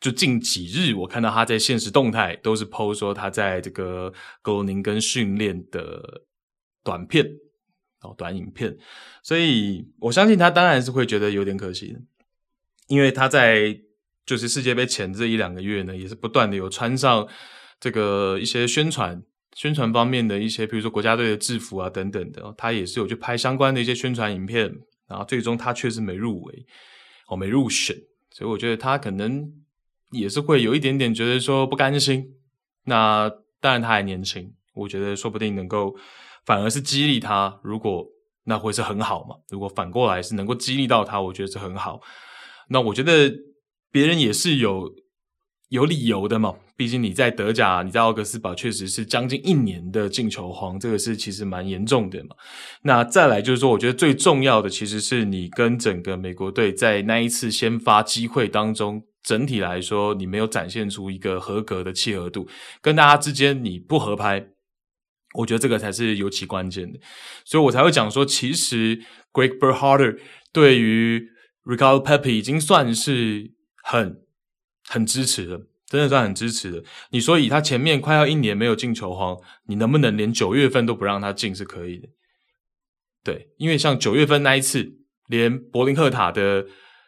就近几日我看到他在限时动态都是 po 说他在这个格罗宁根训练的短片短影片，所以我相信他当然是会觉得有点可惜的，因为他在就是世界杯前这1-2个月呢，也是不断的有穿上这个一些宣传方面的一些，比如说国家队的制服啊等等的，他也是有去拍相关的一些宣传影片，然后最终他确实没入围没入选，所以我觉得他可能也是会有一点点觉得说不甘心。那当然他还年轻，我觉得说不定能够反而是激励他，如果那会是很好嘛，如果反过来是能够激励到他，我觉得是很好。那我觉得别人也是有理由的嘛，毕竟你在德甲，你在奥格斯堡确实是将近1年的进球荒，这个是其实蛮严重的嘛。那再来就是说，我觉得最重要的其实是你跟整个美国队在那一次先发机会当中，整体来说你没有展现出一个合格的契合度，跟大家之间你不合拍，我觉得这个才是尤其关键的。所以我才会讲说，其实 Greg Berhalter 对于 Ricardo Pepi 已经算是很支持了，真的算很支持的。你说以他前面快要1年没有进球荒，你能不能连9月份都不让他进是可以的。对，因为像9月份那一次，连柏林赫塔的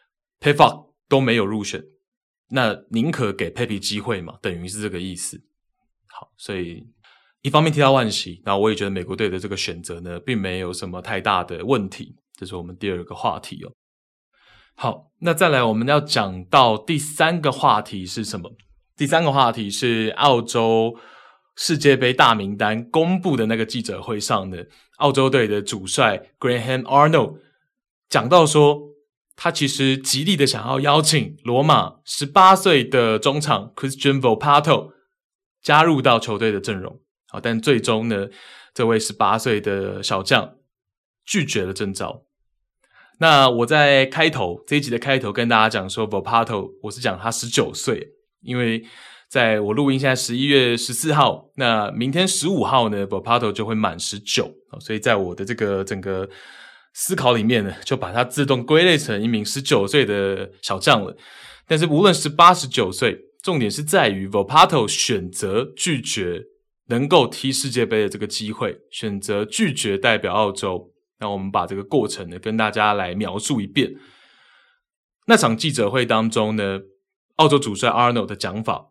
Pefok 都没有入选，那宁可给 Pepi 机会嘛，等于是这个意思。好，所以一方面替他惋惜，然后我也觉得美国队的这个选择呢，并没有什么太大的问题，这是我们第2个话题哦。好，那再来我们要讲到第3个话题是什么？第3个话题是澳洲世界杯大名单公布的那个记者会上的澳洲队的主帅 Graham Arnold 讲到说，他其实极力的想要邀请罗马18岁的中场 Christian Volpato 加入到球队的阵容。好，但最终呢，这位18岁的小将拒绝了征召。那我在这一集的开头跟大家讲说 Volpato 我是讲他19岁，因为在我录音现在11月14号，那明天15号呢 Volpato 就会满19，所以在我的这个整个思考里面呢，就把它自动归类成一名19岁的小将了。但是无论18、19岁，重点是在于 Volpato 选择拒绝能够踢世界杯的这个机会，选择拒绝代表澳洲。那我们把这个过程呢跟大家来描述一遍。那场记者会当中呢，澳洲主帅 Arnold 的讲法，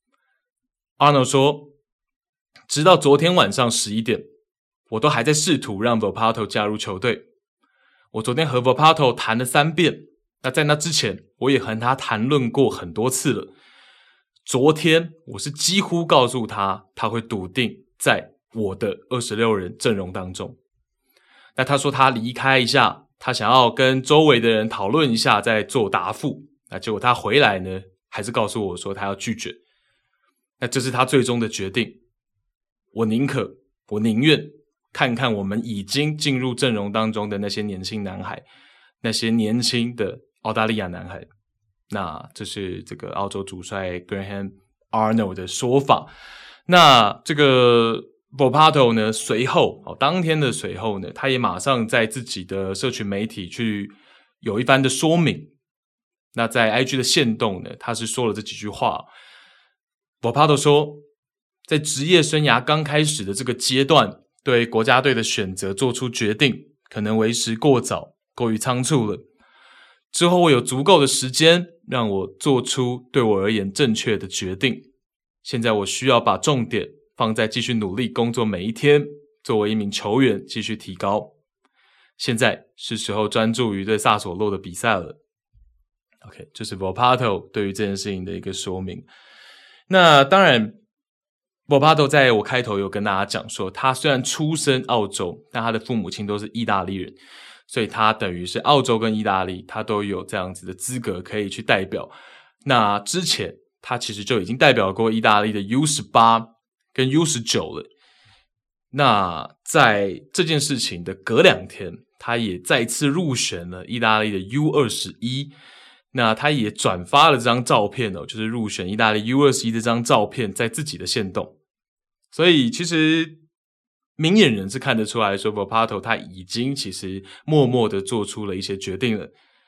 Arnold 说，直到昨天晚上11点，我都还在试图让 Volpato 加入球队。我昨天和 Volpato 谈了3遍，那在那之前我也和他谈论过很多次了。昨天我是几乎告诉他，他会笃定在我的26人阵容当中。那他说他离开一下，他想要跟周围的人讨论一下再做答复。那结果他回来呢，还是告诉我说他要拒绝。那这是他最终的决定。我宁愿看看我们已经进入阵容当中的那些年轻男孩，那些年轻的澳大利亚男孩。那这是这个澳洲主帅 Graham Arnold 的说法。那这个Volpato 呢，当天的随后呢，他也马上在自己的社群媒体去有一番的说明。那在 IG 的限动呢，他是说了这几句话。Volpato 说，在职业生涯刚开始的这个阶段，对国家队的选择做出决定，可能为时过早，过于仓促了。之后我有足够的时间，让我做出对我而言正确的决定。现在我需要把重点放在继续努力工作每一天，作为一名球员继续提高。现在是时候专注于对萨索洛的比赛了。OK， 这是 Volpato 对于这件事情的一个说明。那当然 Volpato 在我开头有跟大家讲说，他虽然出生澳洲，但他的父母亲都是意大利人，所以他等于是澳洲跟意大利他都有这样子的资格可以去代表。那之前他其实就已经代表过意大利的 U18 跟 U19 了。那在这件事情的隔2天，他也再次入选了意大利的 U21。那他也转发了这张照片就是入选意大利 U21 这张照片在自己的限动。所以其实明眼人是看得出来说 Volpato 他已经其实默默的做出了一些决定了。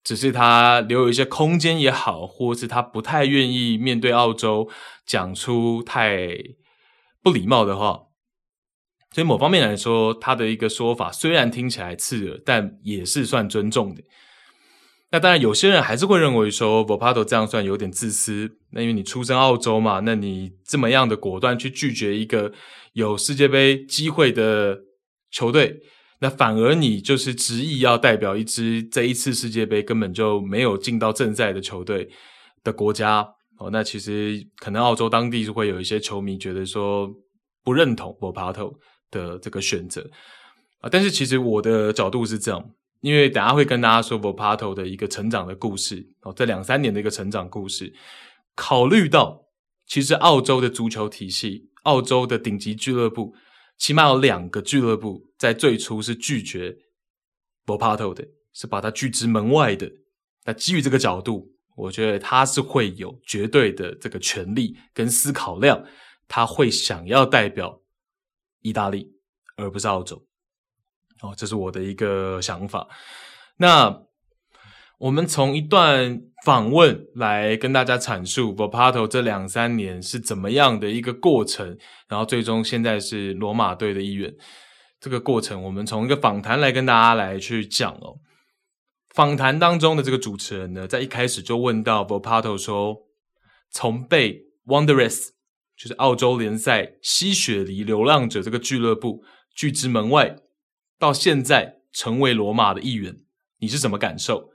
只是他留有一些空间也好，或是他不太愿意面对澳洲讲出太不礼貌的话。所以某方面来说，他的一个说法虽然听起来刺耳，但也是算尊重的。那当然有些人还是会认为说 Volpato 这样算有点自私，那因为你出生澳洲嘛，那你这么样的果断去拒绝一个有世界杯机会的球队，那反而你就是执意要代表一支这一次世界杯根本就没有进到正赛的球队的国家。那其实可能澳洲当地是会有一些球迷觉得说不认同 Volpato 的这个选择但是其实我的角度是这样，因为等一下会跟大家说 Volpato 的一个成长的故事这2-3年的一个成长故事。考虑到其实澳洲的足球体系，澳洲的顶级俱乐部起码有2个俱乐部在最初是拒绝 Volpato 的，是把他拒之门外的。那基于这个角度，我觉得他是会有绝对的这个权利跟思考量，他会想要代表意大利而不是澳洲这是我的一个想法。那我们从一段访问来跟大家阐述 Volpato 这2-3年是怎么样的一个过程，然后最终现在是罗马队的一员。这个过程我们从一个访谈来跟大家来去讲访谈当中的这个主持人呢，在一开始就问到 Volpato 说，从被 Wanderers 就是澳洲联赛西雪梨流浪者这个俱乐部拒之门外，到现在成为罗马的一员，你是什么感受？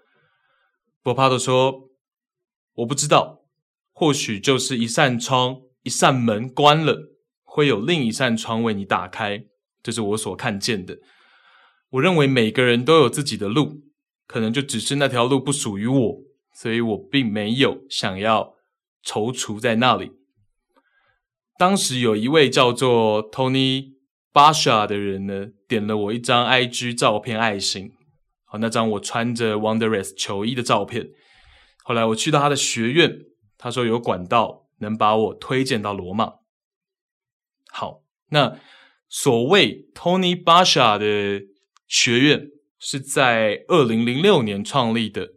Volpato 说，我不知道，或许就是一扇窗一扇门关了，会有另一扇窗为你打开，这是我所看见的。我认为每个人都有自己的路，可能就只是那条路不属于我，所以我并没有想要踌躇在那里。当时有一位叫做 Tony Basha 的人呢，点了我一张 IG 照片爱心，那张我穿着 Wanderers 球衣的照片。后来我去到他的学院，他说有管道能把我推荐到罗马。好，那所谓 Tony Basha 的学院是在2006年创立的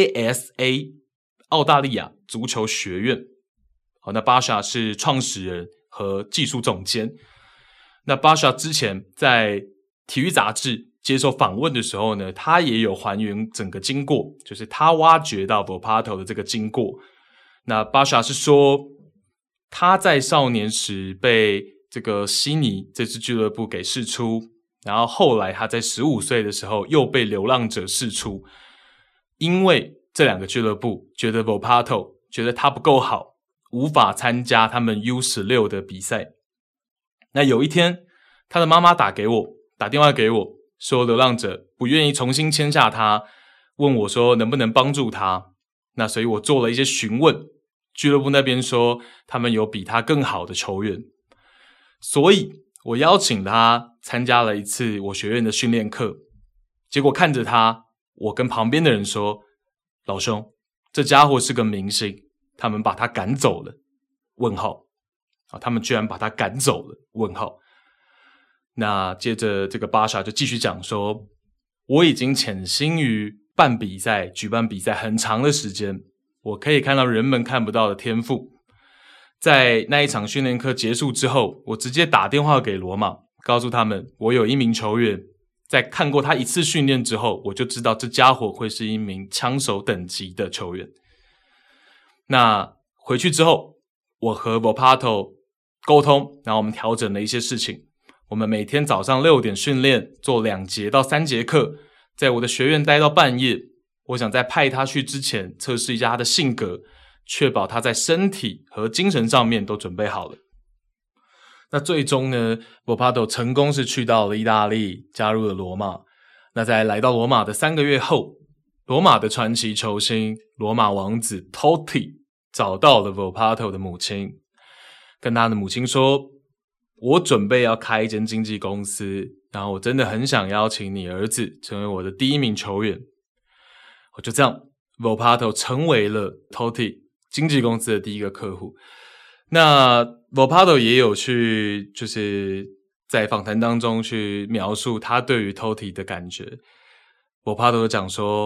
ASA 澳大利亚足球学院。好，那 Basha 是创始人和技术总监。那 Basha 之前在体育杂志接受访问的时候呢，他也有还原整个经过，就是他挖掘到 Volpato 的这个经过。那 Basha 是说，他在少年时被这个悉尼这支俱乐部给释出，然后后来他在15岁的时候又被流浪者释出，因为这2个俱乐部觉得 Volpato 觉得他不够好，无法参加他们 U16 的比赛。那有一天他的妈妈打电话给我说，流浪者不愿意重新签下他，问我说能不能帮助他。那所以我做了一些询问，俱乐部那边说他们有比他更好的球员，所以我邀请他参加了一次我学院的训练课。结果看着他，我跟旁边的人说，老兄，这家伙是个明星，他们把他赶走了，问号他们居然把他赶走了，问号。那接着这个巴莎就继续讲说，我已经潜心于举办比赛很长的时间，我可以看到人们看不到的天赋。在那一场训练课结束之后，我直接打电话给罗马，告诉他们我有一名球员，在看过他一次训练之后，我就知道这家伙会是一名枪手等级的球员。那回去之后，我和 Volpato 沟通，然后我们调整了一些事情。我们每天早上6点训练，做2节到3节课，在我的学院待到半夜。我想在派他去之前测试一下他的性格，确保他在身体和精神上面都准备好了。那最终呢， Volpato 成功是去到了意大利，加入了罗马。那在来到罗马的3个月后，罗马的传奇球星罗马王子 Totti 找到了 Volpato 的母亲，跟他的母亲说，我准备要开一间经纪公司，然后我真的很想邀请你儿子成为我的第一名球员。就这样 Volpato 成为了 Totti 经纪公司的第一个客户。那 Volpato 也有去就是在访谈当中去描述他对于 Totti 的感觉。Volpato 讲说，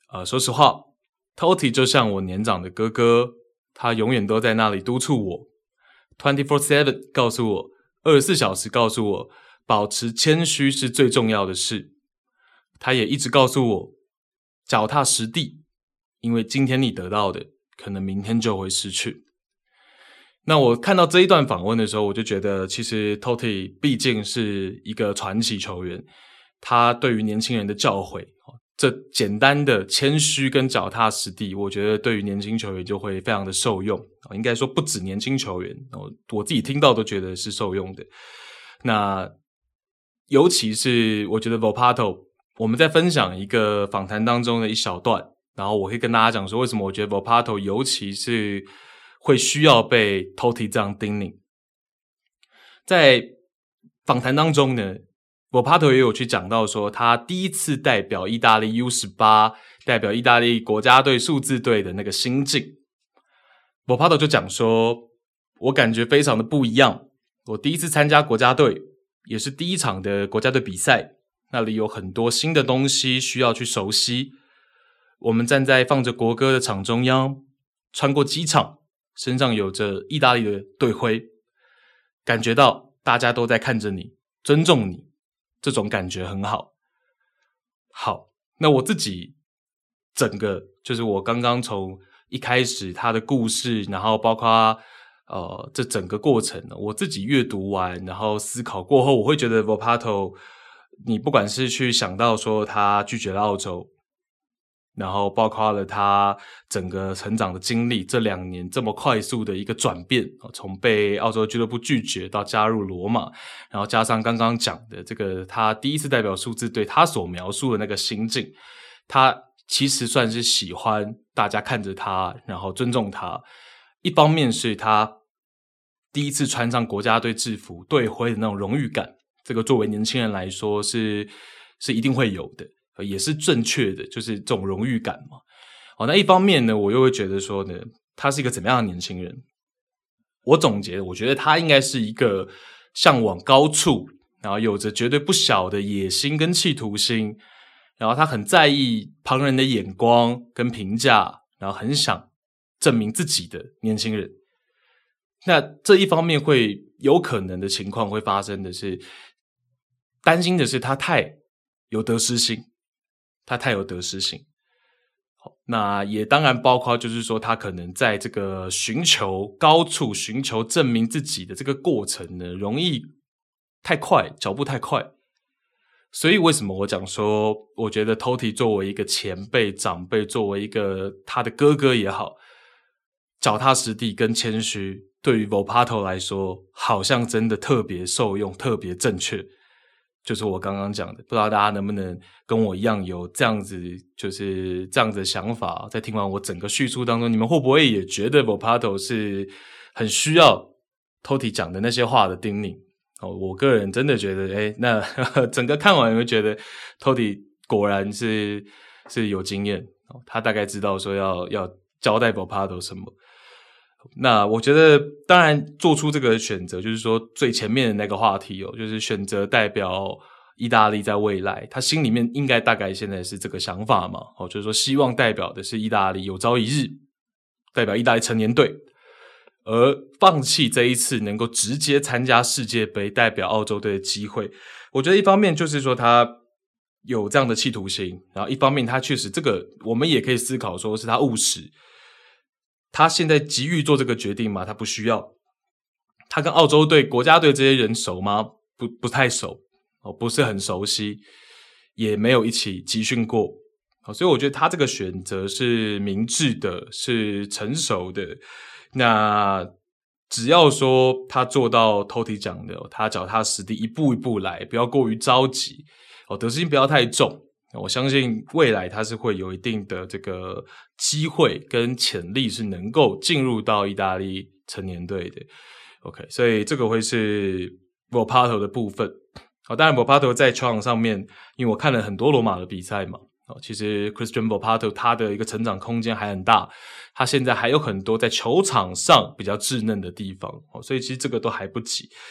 说实话 Totti 就像我年长的哥哥，他永远都在那里督促我 24/7 告诉我24小时告诉我保持谦虚是最重要的事。他也一直告诉我脚踏实地，因为今天你得到的可能明天就会失去。那我看到这一段访问的时候，我就觉得其实 Totti 毕竟是一个传奇球员，他对于年轻人的教诲，这简单的谦虚跟脚踏实地，我觉得对于年轻球员就会非常的受用。应该说不止年轻球员，我自己听到都觉得是受用的。那尤其是我觉得 Volpato， 我们在分享一个访谈当中的一小段，然后我会跟大家讲说为什么我觉得 Volpato 尤其是会需要被 Totti 这样叮咛。在访谈当中呢，Volpato 也有去讲到说，他第一次代表意大利 U18， 代表意大利国家队数字队的那个心境。Volpato 就讲说，我感觉非常的不一样。我第一次参加国家队，也是第一场的国家队比赛，那里有很多新的东西需要去熟悉。我们站在放着国歌的场中央，穿过机场，身上有着意大利的队徽，感觉到大家都在看着你，尊重你。这种感觉很好。好，那我自己整个就是我刚刚从一开始他的故事，然后包括这整个过程，我自己阅读完，然后思考过后，我会觉得 Volpato， 你不管是去想到说他拒绝了澳洲，然后包括了他整个成长的经历，这2年这么快速的一个转变，从被澳洲俱乐部拒绝到加入罗马，然后加上刚刚讲的这个他第一次代表数字队他所描述的那个心境，他其实算是喜欢大家看着他，然后尊重他。一方面是他第一次穿上国家队制服队徽的那种荣誉感，这个作为年轻人来说是一定会有的，也是正确的，就是这种荣誉感嘛。那一方面呢，我又会觉得说呢，他是一个怎么样的年轻人？我总结，我觉得他应该是一个向往高处，然后有着绝对不小的野心跟企图心，然后他很在意旁人的眼光跟评价，然后很想证明自己的年轻人。那这一方面会有可能的情况会发生的是，担心的是他太有得失心，那也当然包括就是说他可能在这个寻求高处寻求证明自己的这个过程呢，容易太快，脚步太快。所以为什么我讲说我觉得 Totti 作为一个前辈长辈，作为一个他的哥哥也好，脚踏实地跟谦虚对于 Volpato 来说好像真的特别受用，特别正确。就是我刚刚讲的，不知道大家能不能跟我一样有这样子，就是这样子的想法。在听完我整个叙述当中，你们会不会也觉得 Volpato 是很需要 Totti 讲的那些话的叮咛？我个人真的觉得，那整个看完会觉得 Totti 果然是有经验，他大概知道说要交代 Volpato 什么。那我觉得当然做出这个选择，就是说最前面的那个话题就是选择代表意大利在未来，他心里面应该大概现在是这个想法嘛，就是说希望代表的是意大利有朝一日代表意大利成年队，而放弃这一次能够直接参加世界杯代表澳洲队的机会。我觉得一方面就是说他有这样的企图心，然后一方面他确实这个我们也可以思考说是他务实，他现在急于做这个决定吗？他不需要。他跟澳洲队国家队这些人熟吗？不太熟，不是很熟悉，也没有一起集训过，所以我觉得他这个选择是明智的，是成熟的。那只要说他做到 Totti 讲的，他脚踏实地一步一步来，不要过于着急，得失心不要太重，我相信未来他是会有一定的这个机会跟潜力，是能够进入到意大利成年队的。OK， 所以这个会是 Volpato 的部分。当然 Volpato 在球场上面，因为我看了很多罗马的比赛嘛，其实 Christian Volpato 他的一个成长空间还很大，他现在还有很多在球场上比较稚嫩的地方，所以其实这个都还不急。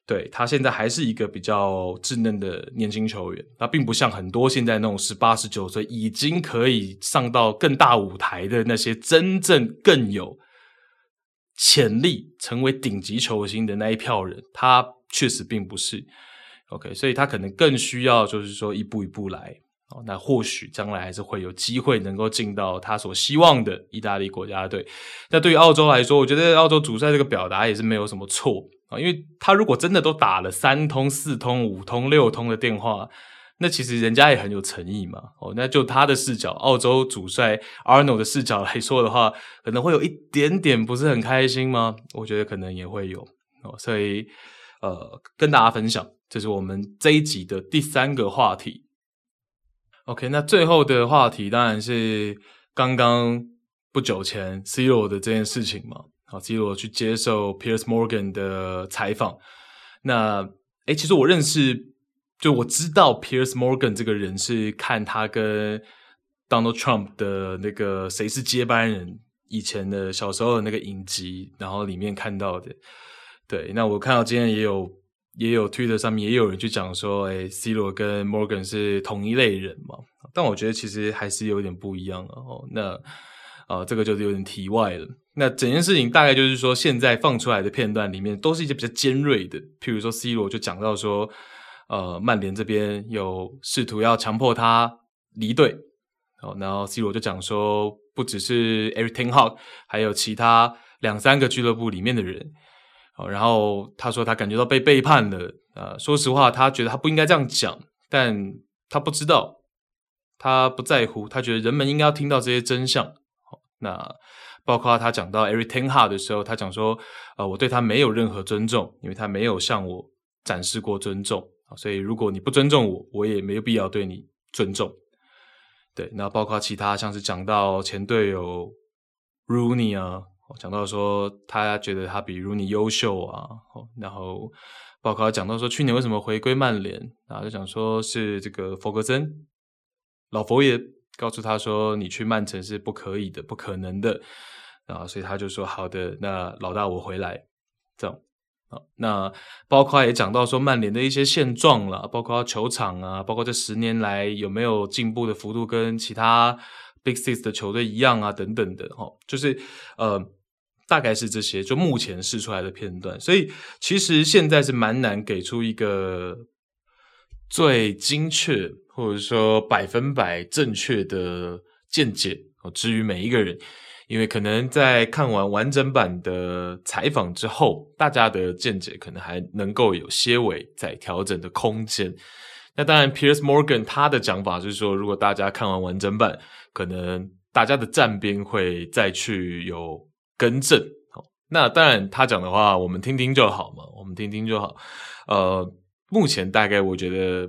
对，他现在还是一个比较稚嫩的年轻球员，他并不像很多现在那种18、19岁已经可以上到更大舞台的那些真正更有潜力成为顶级球星的那一票人，他确实并不是。OK， 所以他可能更需要就是说一步一步来。那或许将来还是会有机会能够进到他所希望的意大利国家队。那对于澳洲来说，我觉得澳洲主帅这个表达也是没有什么错啊，因为他如果真的都打了3通、4通、5通、6通的电话，那其实人家也很有诚意嘛。那就他的视角，澳洲主帅 Arnold 的视角来说的话，可能会有一点点不是很开心吗？我觉得可能也会有。所以跟大家分享，这是我们这一集的第3个话题。OK， 那最后的话题当然是刚刚不久前 C 罗的这件事情嘛。C 罗去接受 Piers Morgan 的采访。那其实我认识，就我知道 Piers Morgan 这个人是看他跟 Donald Trump 的那个谁是接班人以前的小时候的那个影集，然后里面看到的。对，那我看到今天也有 Twitter 上面也有人去讲说C 罗跟 Morgan 是同一类人嘛，但我觉得其实还是有点不一样那这个就是有点题外了。那整件事情大概就是说，现在放出来的片段里面都是一些比较尖锐的，譬如说 C 罗就讲到说曼联这边有试图要强迫他离队，然后 C 罗就讲说不只是 Erik ten Hag， 还有其他2-3个俱乐部里面的人。然后他说他感觉到被背叛了，说实话他觉得他不应该这样讲，但他不知道，他不在乎，他觉得人们应该要听到这些真相。那包括他讲到 Erik ten Hag 的时候，他讲说我对他没有任何尊重，因为他没有向我展示过尊重，所以如果你不尊重我，我也没有必要对你尊重。对，那包括其他像是讲到前队友 Rooney 啊，讲到说他觉得他比 Rooney 优秀啊，然后包括讲到说去年为什么回归曼联，然后就讲说是这个弗格森老佛爷告诉他说你去曼城是不可以的，不可能的，所以他就说好的，那老大我回来，这样。那包括也讲到说曼联的一些现状啦，包括球场啊，包括这10年来有没有进步的幅度跟其他 Big Six 的球队一样啊，等等的就是大概是这些，就目前释出来的片段。所以其实现在是蛮难给出一个最精确或者说100%正确的见解至于每一个人，因为可能在看完完整版的采访之后，大家的见解可能还能够有些微在调整的空间。那当然 Piers Morgan 他的讲法是说，如果大家看完完整版，可能大家的站边会再去有更正。那当然他讲的话我们听听就好嘛，我们听听就好。目前大概我觉得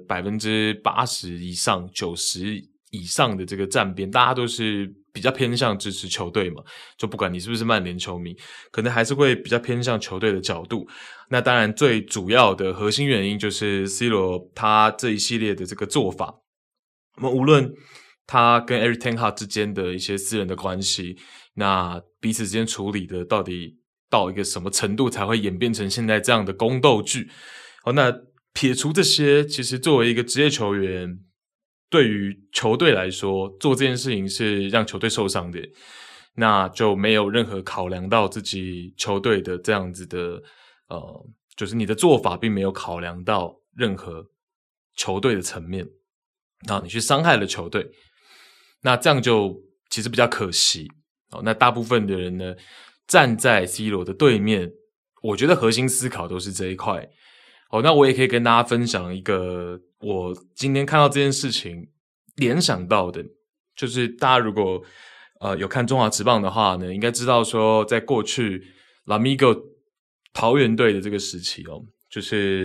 80% 以上 90% 以上的这个站边，大家都是比较偏向支持球队嘛，就不管你是不是曼联球迷，可能还是会比较偏向球队的角度。那当然最主要的核心原因就是 C 罗他这一系列的这个做法，无论他跟 Erik ten Hag 之间的一些私人的关系，那彼此之间处理的到底到一个什么程度才会演变成现在这样的宫斗剧。那撇除这些，其实作为一个职业球员，对于球队来说，做这件事情是让球队受伤的，那就没有任何考量到自己球队的这样子的就是你的做法并没有考量到任何球队的层面，然后你去伤害了球队，那这样就其实比较可惜。那大部分的人呢，站在 C 罗的对面，我觉得核心思考都是这一块。那我也可以跟大家分享一个我今天看到这件事情联想到的，就是大家如果有看中华职棒的话呢，应该知道说在过去 Lamigo 桃园队的这个时期就是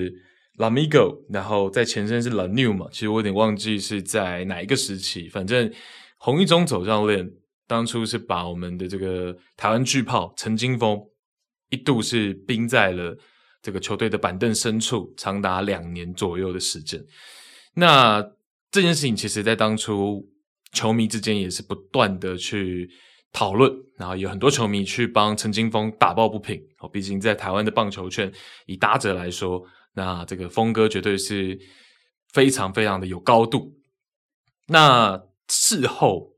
Lamigo 然后在前身是 La New 嘛，其实我有点忘记是在哪一个时期，反正洪一中总教练当初是把我们的这个台湾巨炮陈金锋一度是冰在了这个球队的板凳深处长达2年左右的时间。那这件事情其实在当初球迷之间也是不断的去讨论，然后有很多球迷去帮陈金锋打抱不平，毕竟在台湾的棒球圈以打者来说， 那这个峰哥绝对是非常非常的有高度。那事后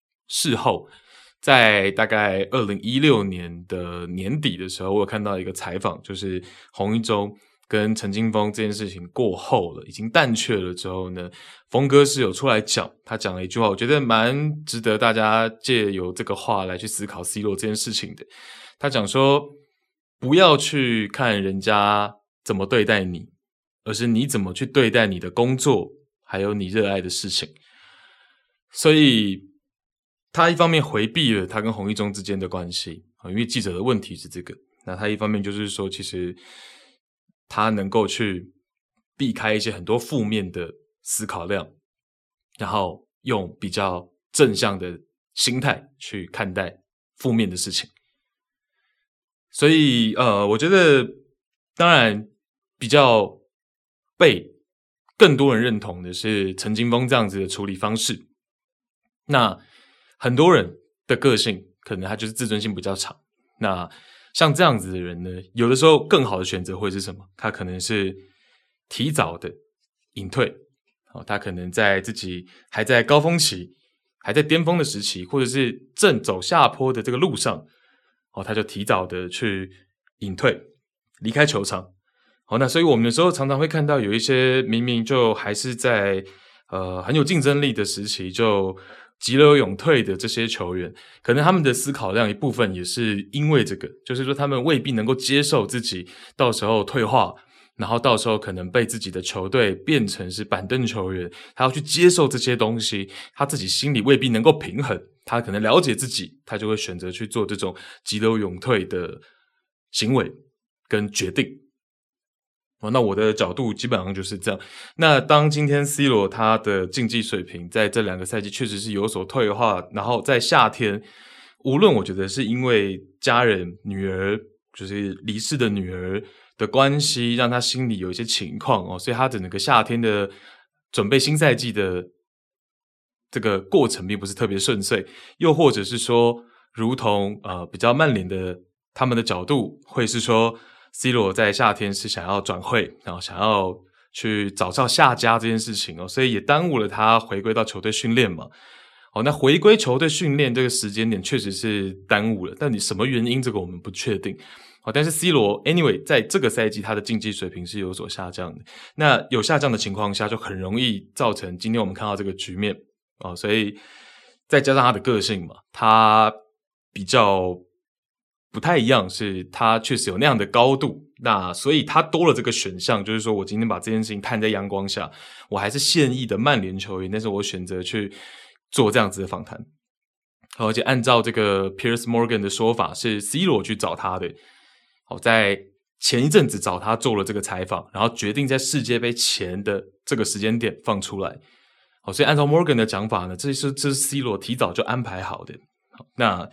在大概2016年的年底的时候，我有看到一个采访，就是洪一中跟陈金锋这件事情过后了，已经淡却了之后呢，峰哥是有出来讲，他讲了一句话，我觉得蛮值得大家借由这个话来去思考 C 罗这件事情的。他讲说，不要去看人家怎么对待你，而是你怎么去对待你的工作，还有你热爱的事情。所以他一方面回避了他跟洪一中之间的关系，因为记者的问题是这个，那他一方面就是说，其实他能够去避开一些很多负面的思考量，然后用比较正向的心态去看待负面的事情。所以我觉得当然比较被更多人认同的是陈金锋这样子的处理方式。那很多人的个性可能他就是自尊心比较强，那像这样子的人呢，有的时候更好的选择会是什么？他可能是提早的隐退，他可能在自己还在高峰期，还在巅峰的时期，或者是正走下坡的这个路上，他就提早的去隐退，离开球场。那所以我们有时候常常会看到有一些明明就还是在很有竞争力的时期就急流勇退的这些球员，可能他们的思考量一部分也是因为这个，就是说他们未必能够接受自己到时候退化，然后到时候可能被自己的球队变成是板凳球员，他要去接受这些东西，他自己心里未必能够平衡，他可能了解自己，他就会选择去做这种急流勇退的行为跟决定。那我的角度基本上就是这样。那当今天 C 罗他的竞技水平在这2个赛季确实是有所退化，然后在夏天，无论我觉得是因为家人女儿就是离世的女儿的关系，让他心里有一些情况所以他整个夏天的准备新赛季的这个过程并不是特别顺遂，又或者是说如同比较曼联的他们的角度会是说C 罗在夏天是想要转会，然后想要去找到下家这件事情所以也耽误了他回归到球队训练嘛。那回归球队训练这个时间点确实是耽误了，但你什么原因这个我们不确定。但是 C 罗 anyway 在这个赛季他的竞技水平是有所下降的，那有下降的情况下就很容易造成今天我们看到这个局面所以再加上他的个性嘛，他比较不太一样，是他确实有那样的高度，那所以他多了这个选项，就是说我今天把这件事情摊在阳光下，我还是现役的曼联球员，但是我选择去做这样子的访谈。而且按照这个 Piers Morgan 的说法，是 C 罗去找他的，在前一阵子找他做了这个采访，然后决定在世界杯前的这个时间点放出来。所以按照 Morgan 的讲法呢，这是 C 罗提早就安排好的。那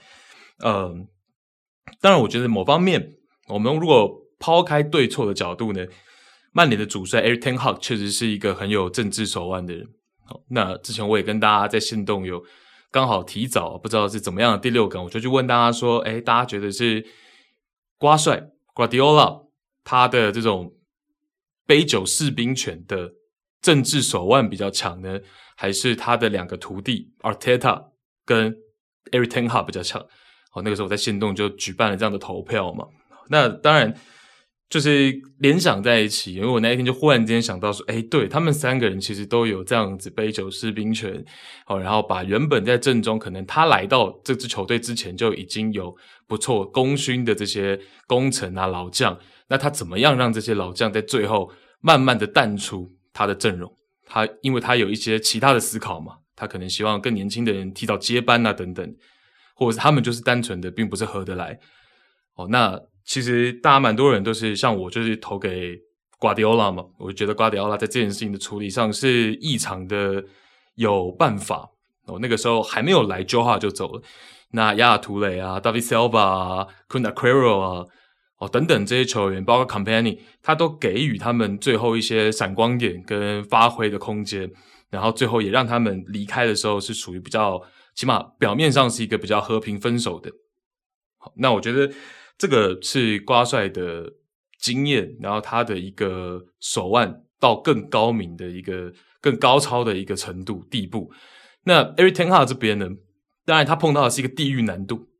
当然我觉得某方面我们如果抛开对错的角度呢，曼联的主帅 Erik ten Hag 确实是一个很有政治手腕的人。那之前我也跟大家在限动有刚好提早不知道是怎么样的第6感，我就去问大家说大家觉得是瓜帅 Guardiola 他的这种杯酒释兵权的政治手腕比较强呢，还是他的2个徒弟 Arteta 跟 Erik ten Hag 比较强？那个时候我在限动就举办了这样的投票嘛。那当然就是联想在一起，因为我那一天就忽然间想到说对，他们3个人其实都有这样子杯酒释兵权然后把原本在阵中可能他来到这支球队之前就已经有不错功勋的这些功臣老将，那他怎么样让这些老将在最后慢慢的淡出他的阵容，因为他有一些其他的思考嘛，他可能希望更年轻的人提早接班等等，或者是他们就是单纯的并不是合得来那其实大家蛮多人都是像我就是投给瓜迪奥拉嘛，我觉得瓜迪奥拉在这件事情的处理上是异常的有办法那个时候还没有来 Joha 就走了，那亚亚图雷David Silva Kun Aguero等等这些球员包括 Company 他都给予他们最后一些闪光点跟发挥的空间，然后最后也让他们离开的时候是属于比较起码表面上是一个比较和平分手的。那我觉得这个是瓜帅的经验，然后他的一个手腕到更高明的一个更高超的一个程度地步。那 Erik ten Hag 这边呢，当然他碰到的是一个地狱难度，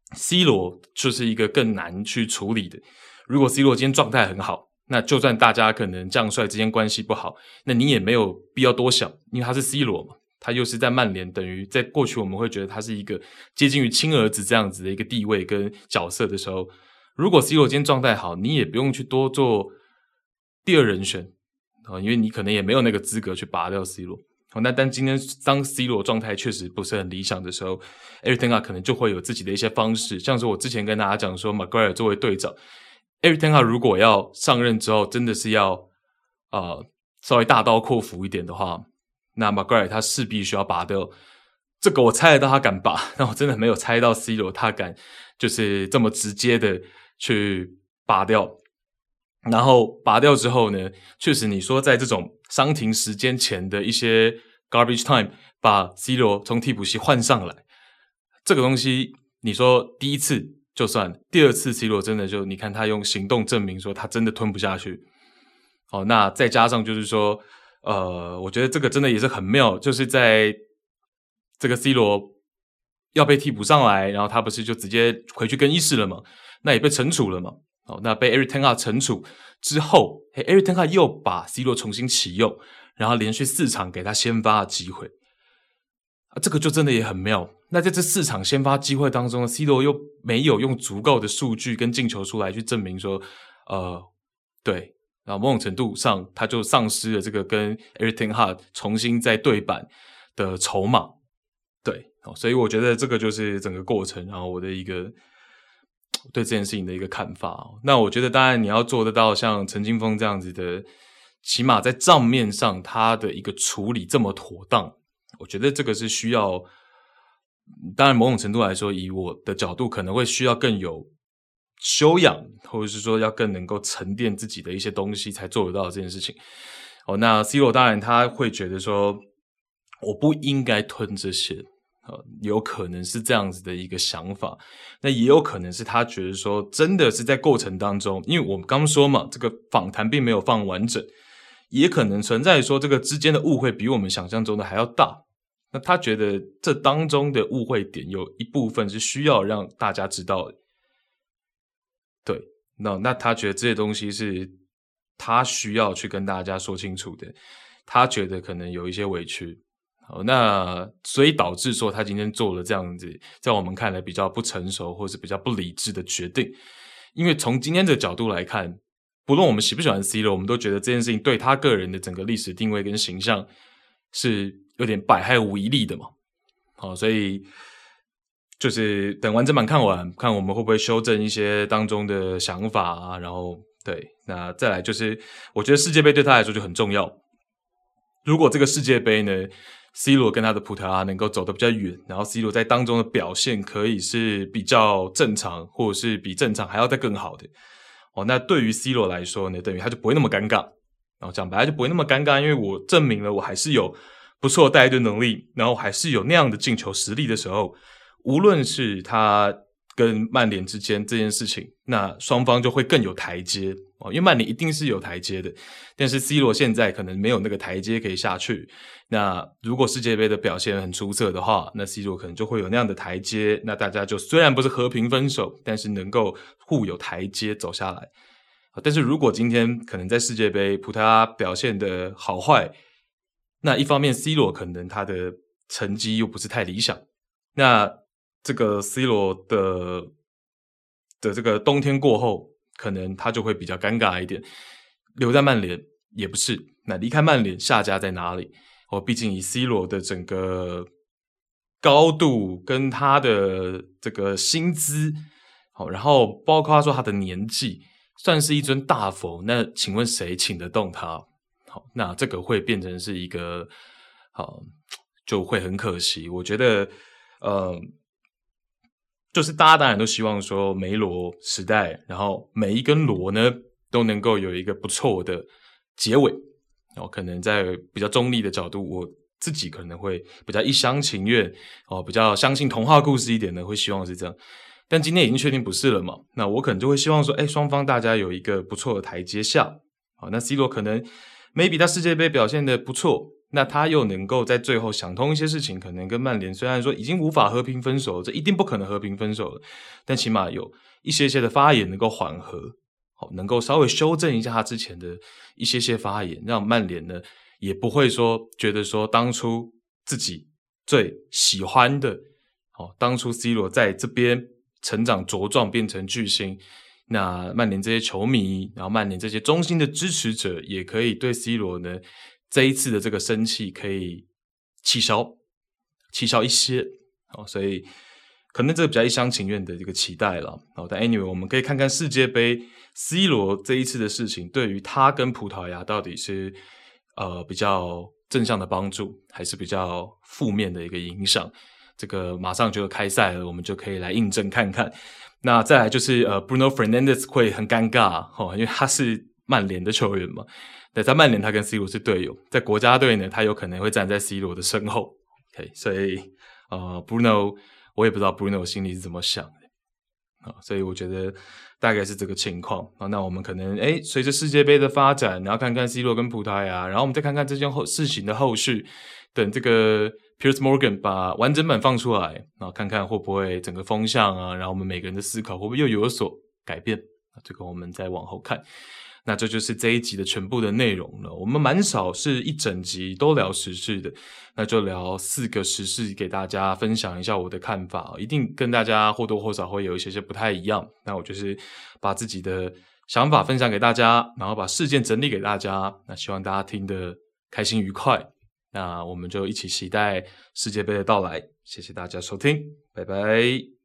C 罗就是一个更难去处理的。如果 C 罗今天状态很好，那就算大家可能将帅之间关系不好，那你也没有必要多想，因为他是 C 罗嘛，他又是在曼联，等于在过去我们会觉得他是一个接近于亲儿子这样子的一个地位跟角色的时候，如果 C 罗今天状态好，你也不用去多做第二人选，因为你可能也没有那个资格去拔掉 C 罗。那但今天当 C 罗状态确实不是很理想的时候， Erik ten Hag 可能就会有自己的一些方式，像是我之前跟大家讲说 Maguire 作为队长， Erik ten Hag 如果要上任之后真的是要稍微大刀阔斧一点的话，那 Maguire 他势必需要拔掉。这个我猜得到他敢拔，但我真的没有猜到 C 罗他敢就是这么直接的去拔掉。然后拔掉之后呢，确实你说在这种伤停时间前的一些 garbage time 把 C 罗从替补席换上来，这个东西你说第一次就算，第二次 C 罗真的就你看他用行动证明说他真的吞不下去。那再加上就是说我觉得这个真的也是很妙，就是在这个 C 罗要被替补上来，然后他不是就直接回去更衣室了嘛，那也被惩处了嘛。那被 Erik ten Hag 惩处之后，Erik ten Hag 又把 C 罗重新启用，然后连续4场给他先发的机会。这个就真的也很妙。那在这4场先发机会当中 C 罗又没有用足够的数据跟进球出来去证明说对，然后某种程度上他就丧失了这个跟 Erik ten Hag 重新再对板的筹码。对，所以我觉得这个就是整个过程，然后我的一个对这件事情的一个看法。那我觉得当然你要做得到像陈金锋这样子的，起码在账面上他的一个处理这么妥当，我觉得这个是需要，当然某种程度来说以我的角度可能会需要更有修养，或者是说要更能够沉淀自己的一些东西才做得到这件事情。那 C 罗当然他会觉得说我不应该吞这些，有可能是这样子的一个想法，那也有可能是他觉得说真的是在过程当中，因为我们刚说嘛，这个访谈并没有放完整，也可能存在说这个之间的误会比我们想象中的还要大，那他觉得这当中的误会点有一部分是需要让大家知道的。对，那他觉得这些东西是他需要去跟大家说清楚的，他觉得可能有一些委屈。那所以导致说他今天做了这样子在我们看来比较不成熟或是比较不理智的决定。因为从今天的角度来看，不论我们喜不喜欢 C 罗，我们都觉得这件事情对他个人的整个历史定位跟形象是有点百害无一利的嘛。所以就是等完整版看完，看我们会不会修正一些当中的想法啊，然后对，那再来就是我觉得世界杯对他来说就很重要。如果这个世界杯呢C 罗跟他的葡萄牙能够走得比较远，然后 C 罗在当中的表现可以是比较正常，或者是比正常还要再更好的，那对于 C 罗来说呢，等于他就不会那么尴尬。讲白了就不会那么尴尬，因为我证明了我还是有不错的带队能力，然后还是有那样的进球实力的时候，无论是他跟曼联之间这件事情，那双方就会更有台阶。因为曼联一定是有台阶的，但是 C 罗现在可能没有那个台阶可以下去。那如果世界杯的表现很出色的话，那 C 罗可能就会有那样的台阶，那大家就虽然不是和平分手，但是能够互有台阶走下来。但是如果今天可能在世界杯葡萄牙表现的好坏，那一方面 C 罗可能他的成绩又不是太理想，那这个 C 罗的这个冬天过后，可能他就会比较尴尬一点。留在曼联也不是，那离开曼联下家在哪里？毕竟以 C 罗的整个高度跟他的这个薪资，然后包括他说他的年纪，算是一尊大佛。那请问谁请得动他？那这个会变成是一个就会很可惜。我觉得就是大家当然都希望说梅罗时代，然后每一根螺呢都能够有一个不错的结尾。可能在比较中立的角度，我自己可能会比较一厢情愿，比较相信童话故事一点的，会希望是这样。 但今天已经确定不是了嘛，那我可能就会希望说，双方大家有一个不错的台阶下。好，那 C 罗可能 maybe 他世界杯表现的不错，那他又能够在最后想通一些事情，可能跟曼联虽然说已经无法和平分手，这一定不可能和平分手了，但起码有一些的发言能够缓和，能够稍微修正一下他之前的一些发言，让曼联呢也不会说觉得说当初自己最喜欢的，当初 C 罗在这边成长茁壮变成巨星，那曼联这些球迷，然后曼联这些忠心的支持者也可以对 C 罗呢这一次的这个生气可以气消一些，所以可能这个比较一厢情愿的一个期待啦。但 anyway 我们可以看看世界杯 C 罗这一次的事情对于他跟葡萄牙到底是比较正向的帮助还是比较负面的一个影响，这个马上就开赛了，我们就可以来印证看看。那再来就是Bruno Fernandes 会很尴尬因为他是曼联的球员嘛，对，在曼联他跟 C 罗是队友，在国家队呢他有可能会站在 C 罗的身后，OK， 所以Bruno 我也不知道 Bruno 心里是怎么想的，所以我觉得大概是这个情况。那我们可能随着世界杯的发展，然后看看 C 罗跟葡萄牙，然后我们再看看这件事情的后续，等这个 Piers Morgan 把完整版放出来，然后看看会不会整个风向啊，然后我们每个人的思考会不会又有所改变，这个我们再往后看。那这就是这一集的全部的内容了。我们蛮少是一整集都聊时事的，那就聊4个时事给大家分享一下我的看法，一定跟大家或多或少会有一些不太一样。那我就是把自己的想法分享给大家，然后把事件整理给大家，那希望大家听得开心愉快。那我们就一起期待世界杯的到来，谢谢大家收听，拜拜。